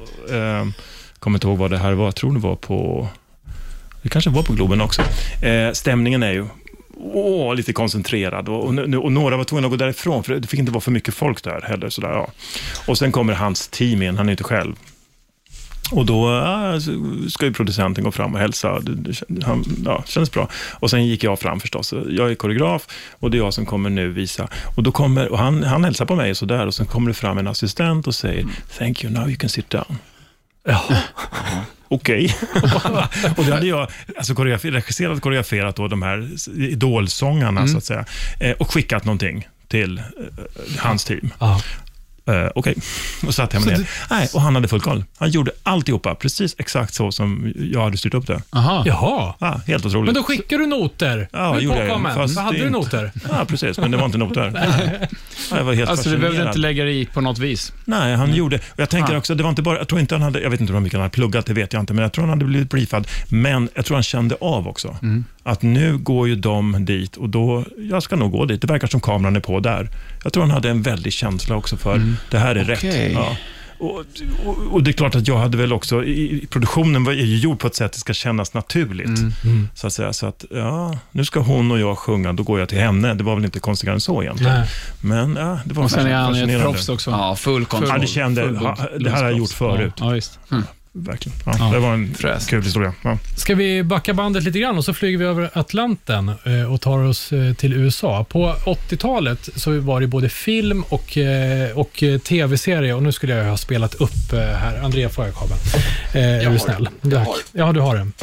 kommer inte ihåg vad det här var, jag tror det var på, det kanske var på Globen också. Stämningen är ju lite koncentrerad och några var tvungna att gå därifrån för det fick inte vara för mycket folk där heller. Sådär, ja. Och sen kommer hans team in, han är inte själv. Och då ska ju producenten gå fram och hälsa. Känns bra. Och sen gick jag fram förstås. Jag är koreograf och det är jag som kommer nu visa. Och då kommer, och han hälsar på mig och sådär. Och sen kommer det fram en assistent och säger thank you, now you can sit down. Ja. Okej. Och då hade jag koreograferat då de här idolsångarna så att säga. Och skickat någonting till hans team. Okej. Och satt jag med ner. Nej, och han hade full koll. Han gjorde alltihopa precis exakt så som jag hade styrt upp det. Aha. Jaha. Ja, helt otroligt. Men då skickar du noter. Ja, jag gjorde det. Vad hade du noter? Ja, precis. Men det var inte noter. Jag var helt alltså du behövde inte lägga det i på något vis? Nej, han gjorde. Och jag tänker också, det var inte bara, jag tror inte han hade, jag vet inte hur mycket han hade pluggat, det vet jag inte, men jag tror han hade blivit briefad. Men jag tror han kände av också. Att nu går ju de dit och då, jag ska nog gå dit. Det verkar som kameran är på där. Jag tror han hade en väldig känsla också för det här är rätt. Ja. Och det är klart att jag hade väl också produktionen var ju gjord på ett sätt att det ska kännas naturligt så att säga, så att nu ska hon och jag sjunga, då går jag till henne. Det var väl inte konstigare än så egentligen. Nej. Men det var och sen är han ett proffs också. Ja, full kontroll. Det kände, det här har jag gjort förut. Ja, visst. Verkligen. Det var en kul historia. Ja. Ska vi backa bandet lite grann och så flyger vi över Atlanten och tar oss till USA. På 80-talet så var det både film och tv-serie och nu skulle jag ha spelat upp här. Andrea, får jag kabeln? Är du snäll? Ja, du har den.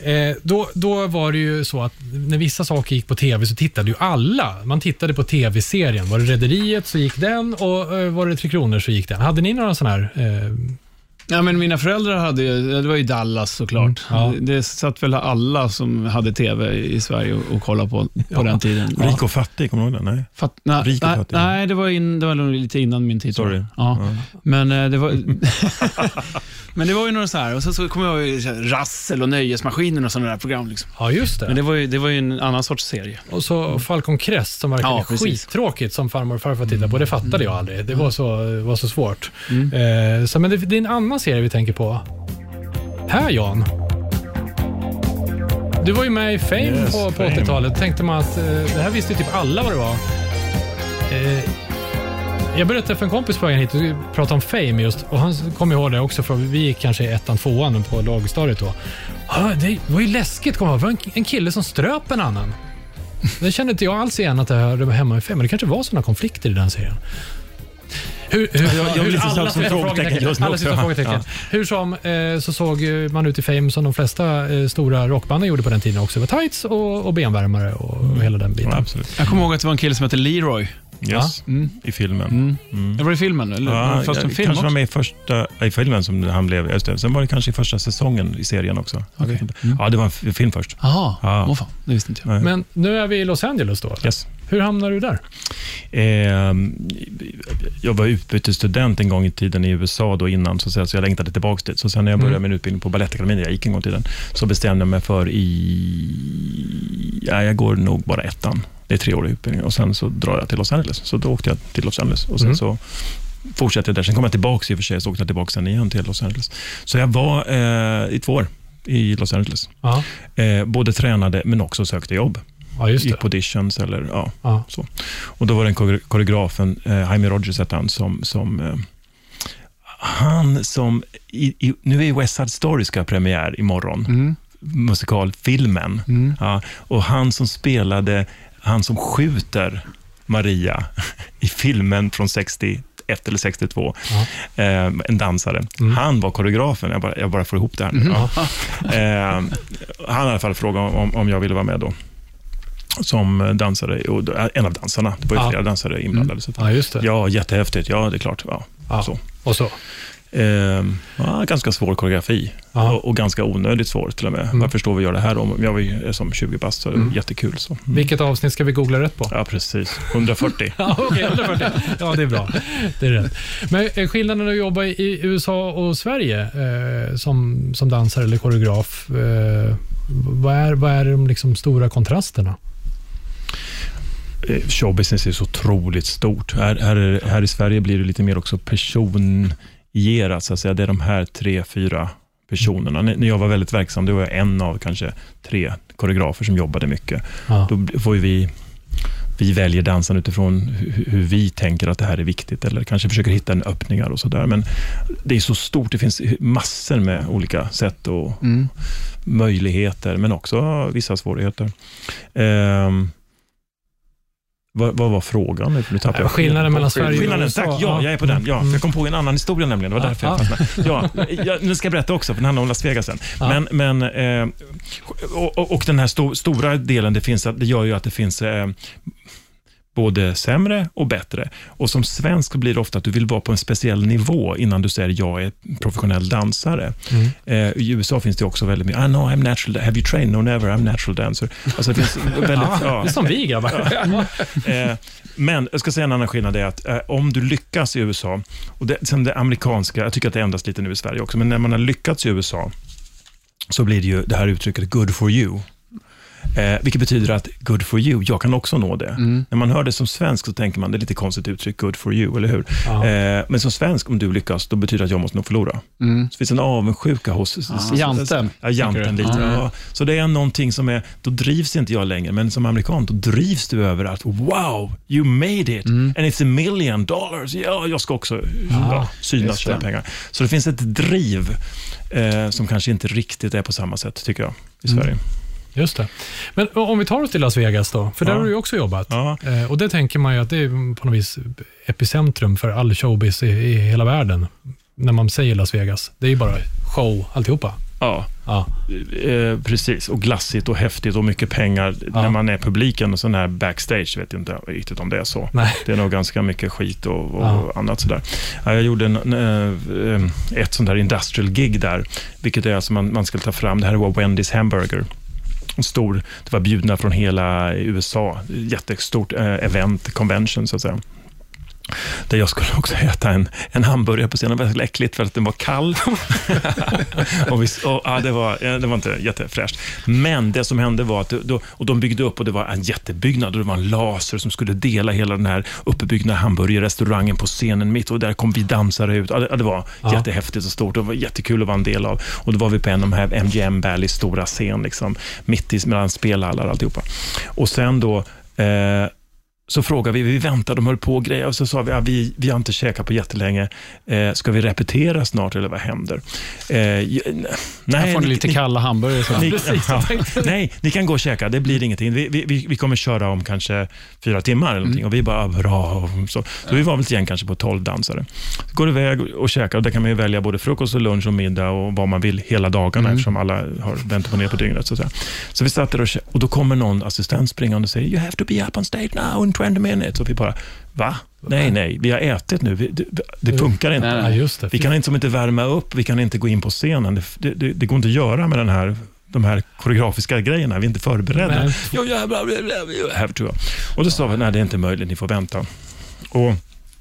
Då var det ju så att när vissa saker gick på tv så tittade ju alla. Man tittade på tv-serien. Var det Rederiet så gick den och var det Tre Kronor så gick den. Hade ni några sådana här... Ja, men mina föräldrar hade, det var ju Dallas såklart. Det satt väl alla som hade tv i Sverige och kollade på den tiden. Rik och fattig, kommer du ihåg det? Nej. Rik och fattig. Nej, det var nog lite innan min tid. Sorry. Men det var men det var ju några så här, och sen så kommer jag ju Rassel och Nöjesmaskinen och sådana där program liksom. Ja, just det. Men det var ju en annan sorts serie. Och så Falcon Crest som verkade skittråkigt som farmor och farfar tittade på. Det fattade jag aldrig. Det var så svårt. Så, men det är en annan serie vi tänker på. Här, Jan. Du var ju med i Fame på 80-talet. Tänkte man att det här visste typ alla vad det var. Jag berättade för en kompis på vägen hit och pratade om Fame just. Och han kom ihåg det också, för vi gick kanske i 1-2 på lågstadiet då. Det var ju läskigt, kom jag ihåg. Det var en kille som ströp en annan. Det kände inte jag alls igen att det hörde hemma i Fame. Men det kanske var sådana konflikter i den serien. Hur som så såg man ut i Fame som de flesta stora rockbanden gjorde på den tiden också. Det var tights och benvärmare och hela den biten. Absolut. Jag kommer ihåg att det var en kille som hette Leroy. Yes, i filmen. Det var i filmen, eller? Först en film kanske var med i första filmen som han blev. Just det. Sen var det kanske i första säsongen i serien också. Okay. Ja, det var en film först. Jaha, fan, det visste inte jag. Men nu är vi i Los Angeles då? Yes. Hur hamnar du där? Jag var utbytesstudent en gång i tiden i USA då innan, så jag längtade tillbaka dit. Så sen när jag började min utbildning på Balettakademin, jag gick en gång till den, så bestämde jag mig för jag går nog bara ettan. Det är 3 år i utbildning och sen så drar jag till Los Angeles. Så då åkte jag till Los Angeles och sen så fortsatte jag där. Sen kom jag tillbaka i och för sig, så åkte jag tillbaka sen igen till Los Angeles. Så jag var i 2 år i Los Angeles. Både tränade men också sökte jobb. Ja, just det. Gick på auditions eller så. Och då var den koreografen Jaime Rogers han som nu är West Side Story ska premiär imorgon. Musikalfilmen. Och han som spelade, han som skjuter Maria i filmen från 61 eller 62, en dansare. Han var koreografen, jag bara får ihop det här. Han i alla fall frågade om jag ville vara med då som dansare, och en av dansarna, det var ju flera dansare inblandade. Ja, just det. Ja, jättehäftigt, ja det är klart. Så. Och så? Ganska svår koreografi. Och ganska onödigt svår till och med. Varför förstår vi gör det här om? Jag var ju som 20 bast, så jättekul. Så. Vilket avsnitt ska vi googla rätt på? Ja, precis. 140. Okej, 140. Ja, det är bra. Det är rätt. Men skillnaden att jobba i USA och Sverige som dansare eller koreograf, vad är de liksom stora Showbusiness är så otroligt stort. Här i Sverige blir det lite mer också personierat, så att säga. Det är de här 3-4 personerna. När jag var väldigt verksam, då var jag en av kanske 3 koreografer som jobbade mycket. Då får vi väljer dansen utifrån hur vi tänker att det här är viktigt, eller kanske försöker hitta en öppningar och sådär. Men det är så stort, det finns massor med olika sätt och möjligheter, men också vissa svårigheter. Vad var frågan? Nu tappade jag. Skillnaden mellan Sverige och USA. Tack, jag är på den. Ja, jag kom på en annan historia nämligen. Det var därför jag fastnade. Nu ska jag berätta också, för den handlar om Las Vegas sen. Och den här stora delen, det gör ju att det finns både sämre och bättre. Och som svensk blir det ofta att du vill vara på en speciell nivå innan du säger jag är professionell dansare. I USA finns det också väldigt mycket. No, I'm natural. Have you trained? No, never. I'm natural dancer. Alltså det finns väldigt... Det är som vi grabbar. Men jag ska säga en annan skillnad är att om du lyckas i USA, och som det amerikanska, jag tycker att det ändras lite nu i Sverige också, men när man har lyckats i USA så blir det ju det här uttrycket good for you. Vilket betyder att good for you, jag kan också nå det. När man hör det som svensk så tänker man, det är lite konstigt uttryck, good for you, eller hur? Men som svensk, om du lyckas, då betyder det att jag måste nog förlora. Så finns en avundsjuka hos janten. Janten lite. Ja. Så det är någonting som är, då drivs inte jag längre, men som amerikan då drivs du över att wow, you made it and it's $1 million. Ja, jag ska också synas, tjäna pengar. Så det finns ett driv som kanske inte riktigt är på samma sätt, tycker jag, i Sverige. Just det. Men om vi tar oss till Las Vegas då, för där har du ju också jobbat. Och det tänker man ju att det är på något vis epicentrum för all showbiz i hela världen. När man säger Las Vegas. Det är ju bara show alltihopa. Ja. Precis. Och glassigt och häftigt och mycket pengar. När man är publiken och sån här backstage, vet jag inte riktigt om det är så. Nej. Det är nog ganska mycket skit och annat sådär. Jag gjorde ett sånt där industrial gig där, vilket är alltså man skulle ta fram, det här var Wendy's Hamburger. Det var bjudna från hela USA, jättestort event, convention så att säga. Där jag skulle också äta en hamburgare på scenen. Det var väldigt äckligt för att den var kall. Det var inte jättefräscht. Men det som hände var att de byggde upp, och det var en jättebyggnad, och det var en laser som skulle dela hela den här uppbyggda hamburgerrestaurangen på scenen mitt, och där kom vi dansare ut. Det var jättehäftigt och stort, och det var jättekul att vara en del av. Och då var vi på en av de här MGM Balleys stora scen liksom, mitt i mellan spelhallar och alltihopa. Och sen då så frågade vi väntade, de höll på och grejer, och så sa vi har inte käkat på jättelänge. Ska vi repetera snart, eller vad händer? Nej, får ni lite kalla hamburgare. Nej, ni kan gå och käka, det blir ingenting. Vi kommer köra om kanske 4 timmar eller någonting, och vi bara bra. Så vi var väl ett gäng kanske på 12 dansare. Så går iväg och käkar, och där kan man ju välja både frukost och lunch och middag och vad man vill hela dagarna, eftersom alla har väntat på ner på dygnet. Så vi satt där och då kommer någon assistent springande och säger you have to be up on stage now in 20 minutes. Och vi bara, va? Nej, vi har ätit nu. Det funkar inte. Nej, just det. Vi kan inte värma upp, vi kan inte gå in på scenen. Det går inte att göra med de här koreografiska grejerna. Vi är inte förberedda. Och då sa vi, nej, det är inte möjligt, ni får vänta. Och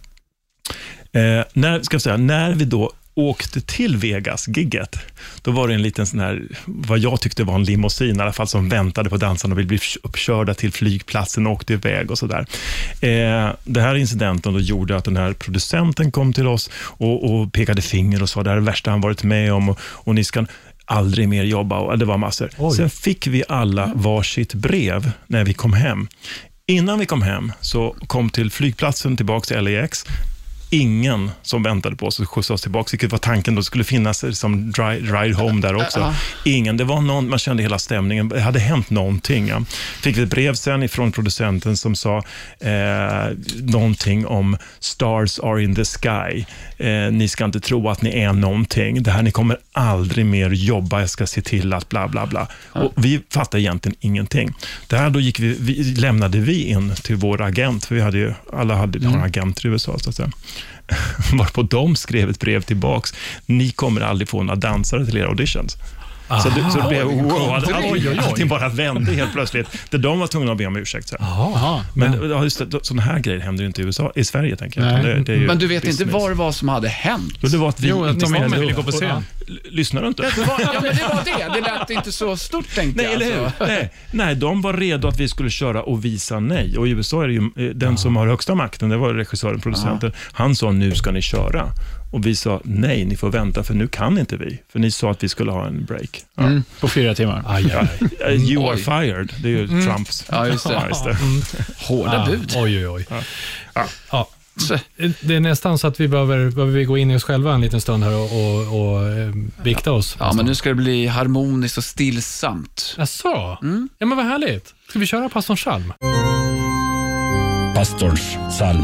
när vi då åkte till Vegas-gigget, då var det en liten sån här, vad jag tyckte var en limousin i alla fall, som väntade på dansarna och ville bli uppkörda till flygplatsen och åkte iväg och sådär. Det här incidenten då gjorde att den här producenten kom till oss och pekade finger och sa det här är det värsta han varit med om, och ni ska aldrig mer jobba, och det var massor. Oj. Sen fick vi alla varsitt brev när vi kom hem. Innan vi kom hem så kom till flygplatsen tillbaka till LAX. Ingen som väntade på oss och skjutsade oss tillbaka, vilket var tanken då skulle finnas som ride home där också. Ingen, det var någon, man kände hela stämningen, det hade hänt någonting. Ja. Fick vi ett brev sen ifrån producenten som sa någonting om stars are in the sky. ni ska inte tro att ni är någonting. Det här, ni kommer aldrig mer jobba, jag ska se till att bla bla bla. Och vi fattade egentligen ingenting. Det här då lämnade vi in till vår agent, för vi hade ju, alla hade har agenter i USA så att säga. Varpå de skrev ett brev tillbaks: ni kommer aldrig få några dansare till era auditions. Så det blev allting bara vände helt plötsligt. Där de var tvungna att be om ursäkt. Men sådana här grejer händer ju inte i Sverige, tänker jag. Det är ju men du vet business. inte vad det var som hade hänt. Det var att vi de ville gå på scen. Lyssnar du inte? Det var det lät inte så stort, tänkte jag. Eller nej, de var redo att vi skulle köra och visa nej. Och i USA är det ju den som har högsta makten, det var regissören, producenten. Han sa, nu ska ni köra. Och vi sa, nej, ni får vänta, för nu kan inte vi. För ni sa att vi skulle ha en break. På 4 timmar. You are fired. Det är ju Trumps. Ja, just det. Hårda bud. Oj. Ja. Det är nästan så att vi behöver gå in i oss själva en liten stund här och vikta oss. Ja, men nu ska det bli harmoniskt och stillsamt. Jaså? Ja, men vad härligt. Ska vi köra Pastorns psalm? Pastorns psalm.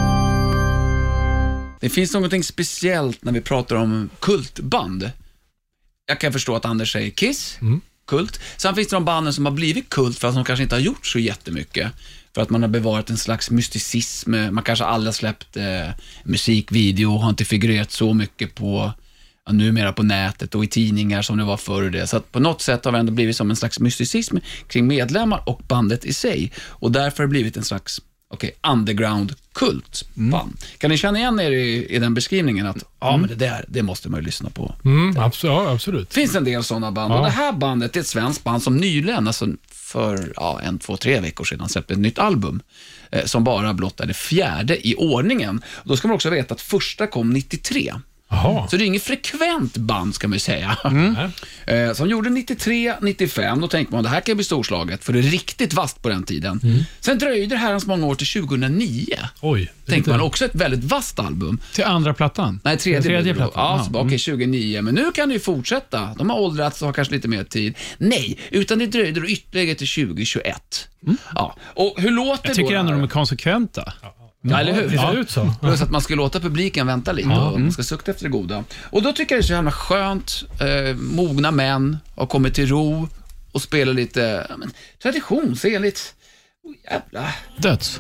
Det finns någonting speciellt när vi pratar om kultband. Jag kan förstå att Anders säger Kiss, kult. Sen finns det de banden som har blivit kult för att de kanske inte har gjort så jättemycket. För att man har bevarat en slags mysticism. Man kanske aldrig har släppt musikvideo och har inte figurerat så mycket på numera på nätet och i tidningar som det var förr det. Så att på något sätt har det ändå blivit som en slags mysticism kring medlemmar och bandet i sig. Och därför har det blivit en slags underground-kult band. Kan ni känna igen er i den beskrivningen att men det måste man ju lyssna på. Absolut. Det finns en del sådana band. Och det här bandet är ett svenskt band som nyligen, alltså för 1, 2, 3 veckor sedan släppte ett nytt album som bara blottade 4:e i ordningen. Och då ska man också veta att första kom 93. Så det är inget frekvent band, ska man säga. Som gjorde 93, 95. Då tänkte man, det här kan bli storslaget, för det är riktigt vast på den tiden. Sen dröjde det här många år till 2009. Tänkte man, också ett väldigt vast album. Till andra plattan? Nej, tredje plattan. Okej, 2009. Men nu kan det ju fortsätta. De har åldrats och har kanske lite mer tid. Nej, utan det dröjde då ytterligare till 2021. Ja. Och hur låter det? Jag tycker ändå de är konsekventa. Ja, eller hur? Det ser ut så. Plus att man ska låta publiken vänta lite och man ska sukta efter det goda. Och då tycker jag det är så jävla skönt. Mogna män har kommit till ro och spelar lite traditionsenligt. Jävla döds.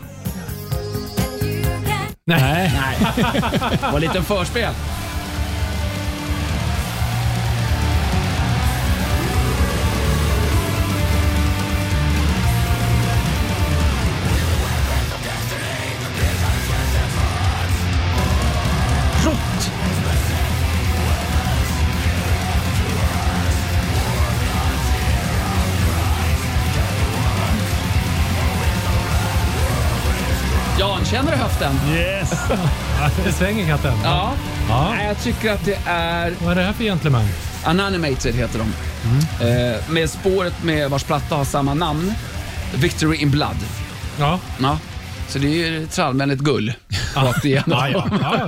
Nej. Det var en liten förspel. Jan, känner du höften? Yes! Det svänger katten. Ja. Jag tycker att det är... Vad är det här för gentleman? Unanimated heter de. Med spåret med vars platta har samma namn. Victory in Blood. Ja. Så det är ju trallmän gull. Rakt igenom.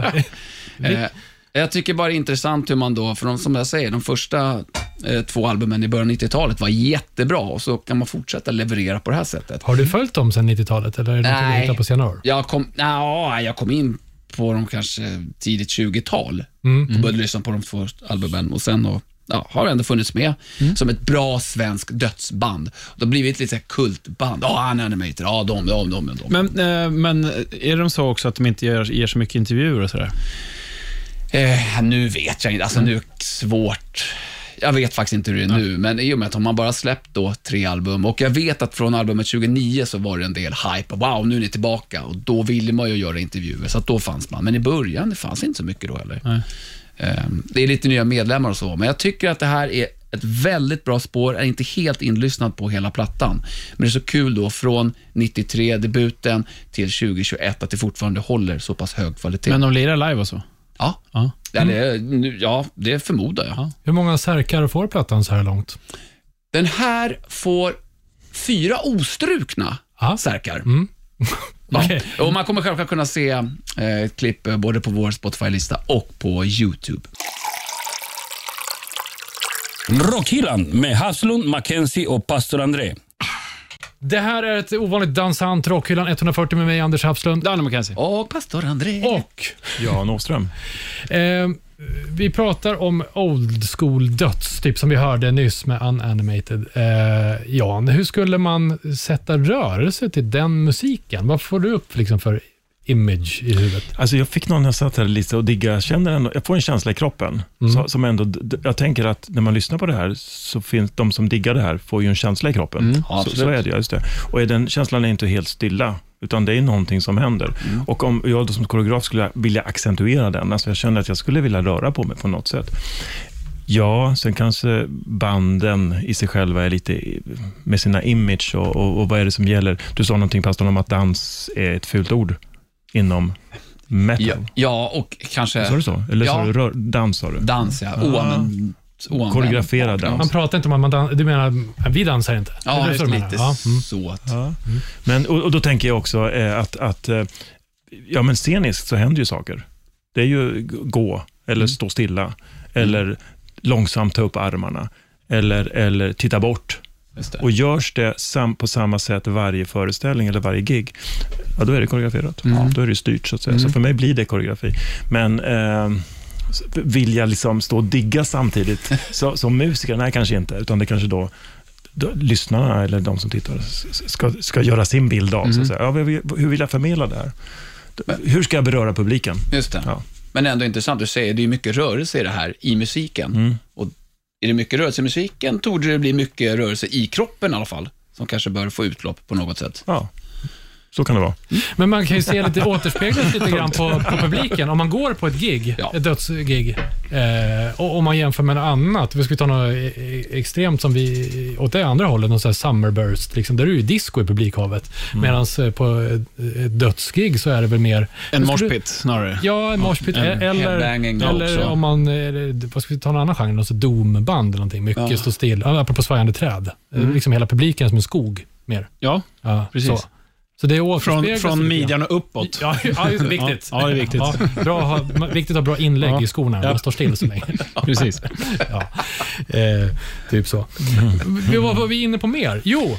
Jag tycker bara det är intressant hur man då, för som jag säger, de första 2 albumen i början av 90-talet var jättebra, och så kan man fortsätta leverera på det här sättet. Har du följt dem sedan 90-talet, eller är det något du hittar på senare år? Jag kom in på dem kanske tidigt 20-tal och började lyssna på de 2 albumen, och sen har ändå funnits med som ett bra svensk dödsband. Det har blivit lite kultband. Unanimated, de. Men är de så också att de inte ger så mycket intervjuer och sådär? Nu vet jag inte, alltså nu är det svårt. Jag vet faktiskt inte hur det är nu, men i och med att de har bara släppt då 3 album, och jag vet att från albumet 29 så var det en del hype, wow, nu är ni tillbaka, och då ville man ju göra intervjuer, så att då fanns man, men i början det fanns inte så mycket då heller. Det är lite nya medlemmar och så, men jag tycker att det här är ett väldigt bra spår, är inte helt inlyssnad på hela plattan, men det är så kul då från 93 debuten till 2021 att det fortfarande håller så pass hög kvalitet. Men de lirar live och så? Ja. Det förmodar jag. Hur många särkar får plattan så här långt? Den här får 4 ostrukna särkar. Okay. Och man kommer självklart kunna se ett klipp både på vår Spotify-lista och på YouTube. Rockhyllan med Haslund, Mackenzie och Pastor André. Det här är ett ovanligt dansant Rockhyllan 140 med mig, Anders Hafslund. Danne McKenzie. Och pastor André. Och Jan Åström. vi pratar om old school döds, typ som vi hörde nyss med Unanimated. Jan, hur skulle man sätta rörelse till den musiken? Vad får du upp liksom för image i huvudet? Alltså jag fick någon jag satt här lite och digga, jag får en känsla i kroppen som ändå, jag tänker att när man lyssnar på det här så finns de som diggar det här får ju en känsla i kroppen. Så är det, just det. Och den känslan är inte helt stilla, utan det är någonting som händer. Och om jag då som koreograf skulle vilja accentuera den, alltså jag känner att jag skulle vilja röra på mig på något sätt. Ja, sen kanske banden i sig själva är lite med sina image och vad är det som gäller. Du sa någonting, pastorn, om att dans är ett fult ord inom metal. Ja, och kanske... Sa du så? Eller sa du dans? Sa du? Dans, ja. Koreograferad dans. Man pratar inte om att man du menar, vi dansar inte? Ja, det lite så. Men, och då tänker jag också att ja, men sceniskt så händer ju saker. Det är ju gå, eller stå stilla, eller långsamt ta upp armarna, eller titta bort. Och görs det på samma sätt varje föreställning eller varje gig, ja, då är det koreograferat. Då är det styrt, så att säga. Så för mig blir det koreografi. Men vill jag liksom stå och digga samtidigt som musiker? Nej, kanske inte. Utan det kanske då lyssnarna eller de som tittar ska göra sin bild av. Så att säga. Ja, hur vill jag förmedla det här? Hur ska jag beröra publiken? Just det. Ja. Men ändå intressant, du säger det är mycket rörelse i det här, i musiken. Och är det mycket rörelse i musiken, torde det bli mycket rörelse i kroppen i alla fall, som kanske bör få utlopp på något sätt. Ja, så kan det vara. Men man kan ju se lite återspeglas lite grann på publiken. Om man går på ett gig, ett dödsgig, och om man jämför med något annat. Vi ska ta något extremt som vi, åt det andra hållet, någon sån här summerburst, liksom, där är det ju disco i publikhavet. Medan på ett dödsgig så är det väl mer... En moshpit snarare. Ja, en moshpit. Eller om man, vad ska vi ta en annan genre, alltså doomband eller någonting. Mycket stå still. Apropå svajande träd. Liksom hela publiken som en skog mer. Ja, precis. Så det är från midjan och uppåt. Ja, just viktigt. Ja, det är viktigt. Viktigt att ha bra inlägg i skorna. Man står still så länge. Precis. Typ så. Vad var vi inne på mer? Jo.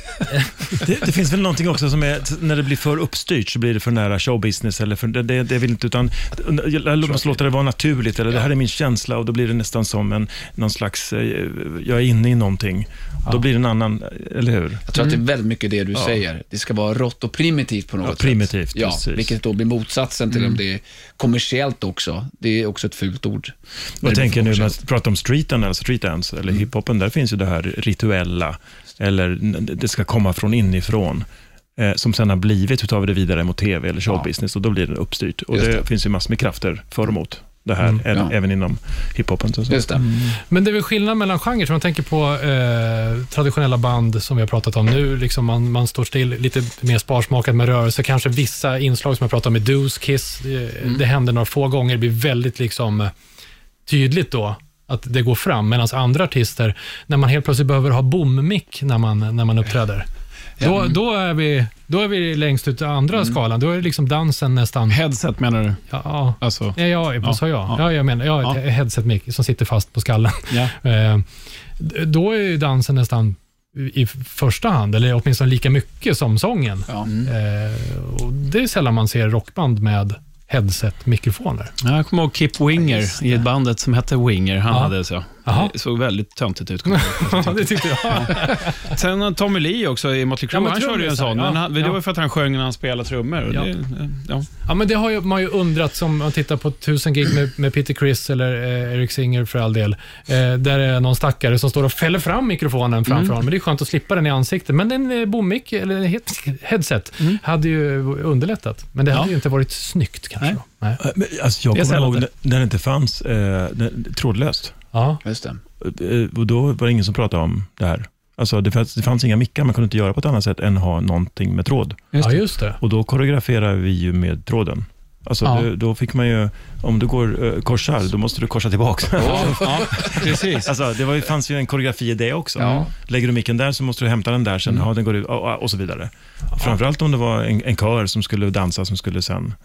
Det finns väl någonting också som är, när det blir för uppstyrt så blir det för nära showbusiness, eller för det vill inte, utan låt oss låta det vara naturligt, eller det här är min känsla, och då blir det nästan som någon slags, jag är inne i någonting. Då blir det en annan, eller hur? Jag tror att det är väldigt mycket det du säger. Det ska vara rått och primitivt på något sätt. Primitivt, ja, vilket då blir motsatsen till om det är kommersiellt också. Det är också ett fult ord. Jag tänker nu när man pratar om street dance eller hiphopen, där finns ju det här rituella, eller det ska komma från inifrån, som sen har blivit utav det vidare mot tv eller showbusiness, och då blir det uppstyrt. Och det finns ju massor med krafter för och emot det här, även inom hiphopen. Så. Just det. Men det är väl skillnad mellan genrer, som man tänker på traditionella band som vi har pratat om nu, liksom man står still, lite mer sparsmakat med rörelse, kanske vissa inslag som jag pratar om med Do's Kiss, det händer några få gånger, det blir väldigt liksom tydligt då att det går fram, medan andra artister, när man helt plötsligt behöver ha boom-mick när man uppträder, då är vi längst ut i andra skalan. Då är det liksom dansen nästan... Headset menar du? Ja, alltså. Vad sa jag? Ja, jag menar, headset-mick som sitter fast på skallen. Ja. Då är ju dansen nästan i första hand, eller åtminstone lika mycket som sången. Ja. Och det är sällan man ser rockband med headset-mikrofoner. Ja, jag kommer ihåg Kip Winger i ett bandet som hette Winger. Han hade så. Det såg väldigt töntigt ut. Det tyckte jag. Sen Tommy Lee också i Mötley Crüe. Han körde ju en sån. Men det var ju för att han sjöng när han spelade trummor. Men det har ju, man ju undrat, som man tittar på 1000 gig med Peter Criss eller Eric Singer för all del. Där är någon stackare som står och fäller fram mikrofonen framför honom. Men det är skönt att slippa den i ansiktet. Men en boom-mic eller headset hade ju underlättat. Men det hade ju inte varit snyggt kanske. Nej. Alltså, jag kommer ihåg när det inte fanns trådlöst. Ja, just det. Och då var det ingen som pratade om det här. Alltså det fanns inga mickar, man kunde inte göra på ett annat sätt än ha någonting med tråd. Just det. Och då koreograferar vi ju med tråden. Alltså då fick man ju, om du går korsar, då måste du korsa tillbaka. Precis. Alltså det fanns ju en koreografi i det också. Ja. Lägger du micken där så måste du hämta den där, sen den går ut och så vidare. Framförallt om det var en kör som skulle dansa, som skulle sen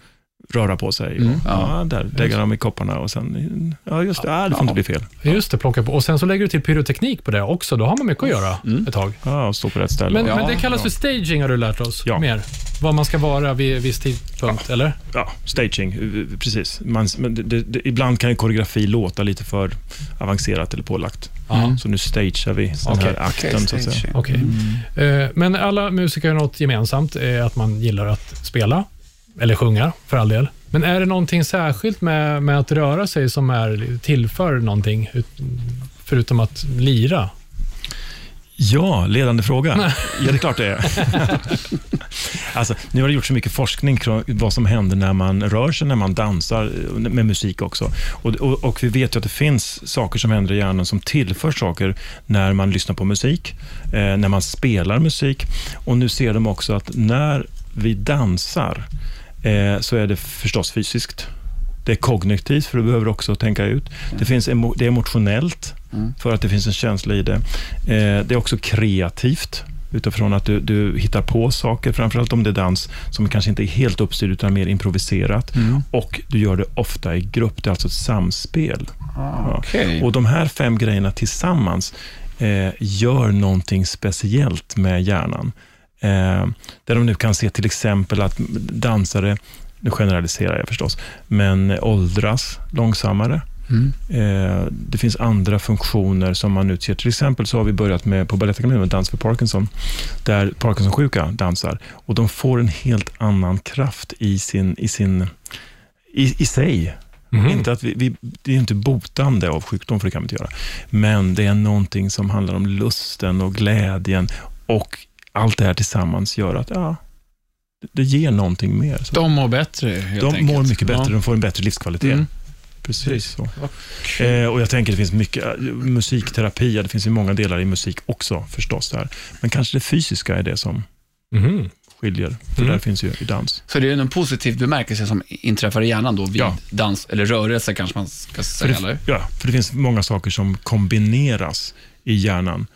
röra på sig. Där lägger de i kopparna och sen, just det, det får inte bli fel. Just det, plocka på. Och sen så lägger du till pyroteknik på det också. Då har man mycket att göra ett tag. Ja, och stå på rätt ställe. Men det kallas för staging, har du lärt oss mer. Vad man ska vara vid viss tidpunkt, eller? Ja, staging, precis. Ibland kan ju koreografi låta lite för avancerat eller pålagt. Så nu stagear vi den här akten, så att säga. Men alla musiker har något gemensamt, att man gillar att spela, eller sjunga, för all del. Men är det någonting särskilt med att röra sig som tillför någonting, förutom att lira? Ja, ledande fråga. Ja, det är klart det är. Alltså, nu har det gjort så mycket forskning kring vad som händer när man rör sig, när man dansar, med musik också. Och vi vet ju att det finns saker som händer i hjärnan som tillför saker när man lyssnar på musik, när man spelar musik. Och nu ser de också att när vi dansar så är det förstås fysiskt. Det är kognitivt, för du behöver också tänka ut. Det är emotionellt, för att det finns en känsla i det. Det är också kreativt, utifrån att du hittar på saker, framförallt om det är dans som kanske inte är helt uppstyrd utan mer improviserat. Och du gör det ofta i grupp, det är alltså ett samspel. Okay. Och de här 5 grejerna tillsammans gör någonting speciellt med hjärnan. Där de nu kan se till exempel att dansare, nu generaliserar jag förstås, men åldras långsammare. Det finns andra funktioner som man nu ser. Till exempel så har vi börjat med på Balettakademin med dans för Parkinson, där Parkinson-sjuka dansar, och de får en helt annan kraft i sig. Inte att det är inte botande av sjukdom, för det kan vi inte göra, men det är någonting som handlar om lusten och glädjen, och allt det här tillsammans gör att det ger någonting mer. Så. De mår bättre, helt enkelt. De mår mycket bättre, de får en bättre livskvalitet. Precis så. Okay. Och jag tänker det finns mycket musikterapi, det finns ju många delar i musik också förstås där. Men kanske det fysiska är det som skiljer, för där finns ju i dans. Så det är en positiv bemärkelse som inträffar i hjärnan då vid dans eller rörelse, kanske man ska säga, eller? Ja, för det finns många saker som kombineras i hjärnan.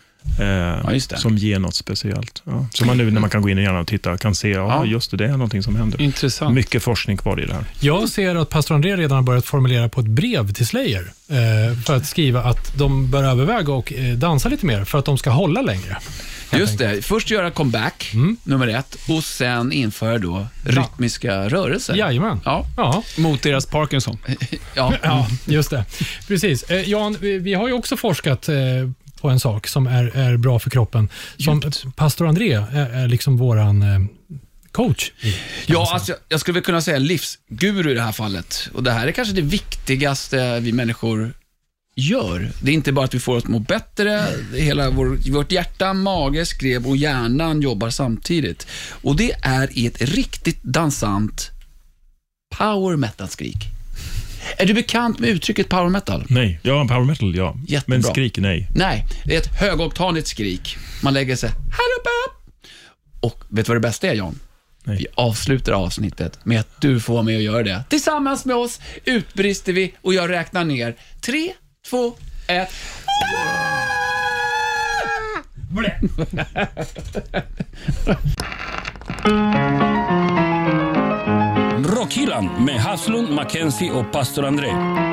Som ger något speciellt. Så man nu när man kan gå in i hjärnan och titta kan se, just det är någonting som händer. Intressant. Mycket forskning kvar i det här. Jag ser att pastor André redan har börjat formulera på ett brev till Slayer för att skriva att de bör överväga och dansa lite mer för att de ska hålla längre. Just det, först göra comeback, nummer 1, och sen införa då rytmiska rörelser. Jajamän. Ja. Mot deras Parkinson. Ja, just det. Precis. Jan, vi har ju också forskat på en sak som är bra för kroppen. Som pastor André är liksom våran coach. Alltså, jag skulle väl kunna säga livsguru i det här fallet. Och det här är kanske det viktigaste vi människor gör. Det är inte bara att vi får oss att må bättre. Hela vårt hjärta, mage, skrev och hjärnan jobbar samtidigt. Och det är i ett riktigt dansant power metal-skrik. Är du bekant med uttrycket power metal? Nej, power metal, ja. Jättebra. Men skrik, nej. Nej, det är ett högoktanigt skrik. Man lägger sig här uppe. Och vet du vad det bästa är, Jan? Nej. Vi avslutar avsnittet med att du får vara med och göra det. Tillsammans med oss utbrister vi och jag räknar ner. 3, 2, 1. Rockhyllan med Haslund, Mackenzie och pastor André.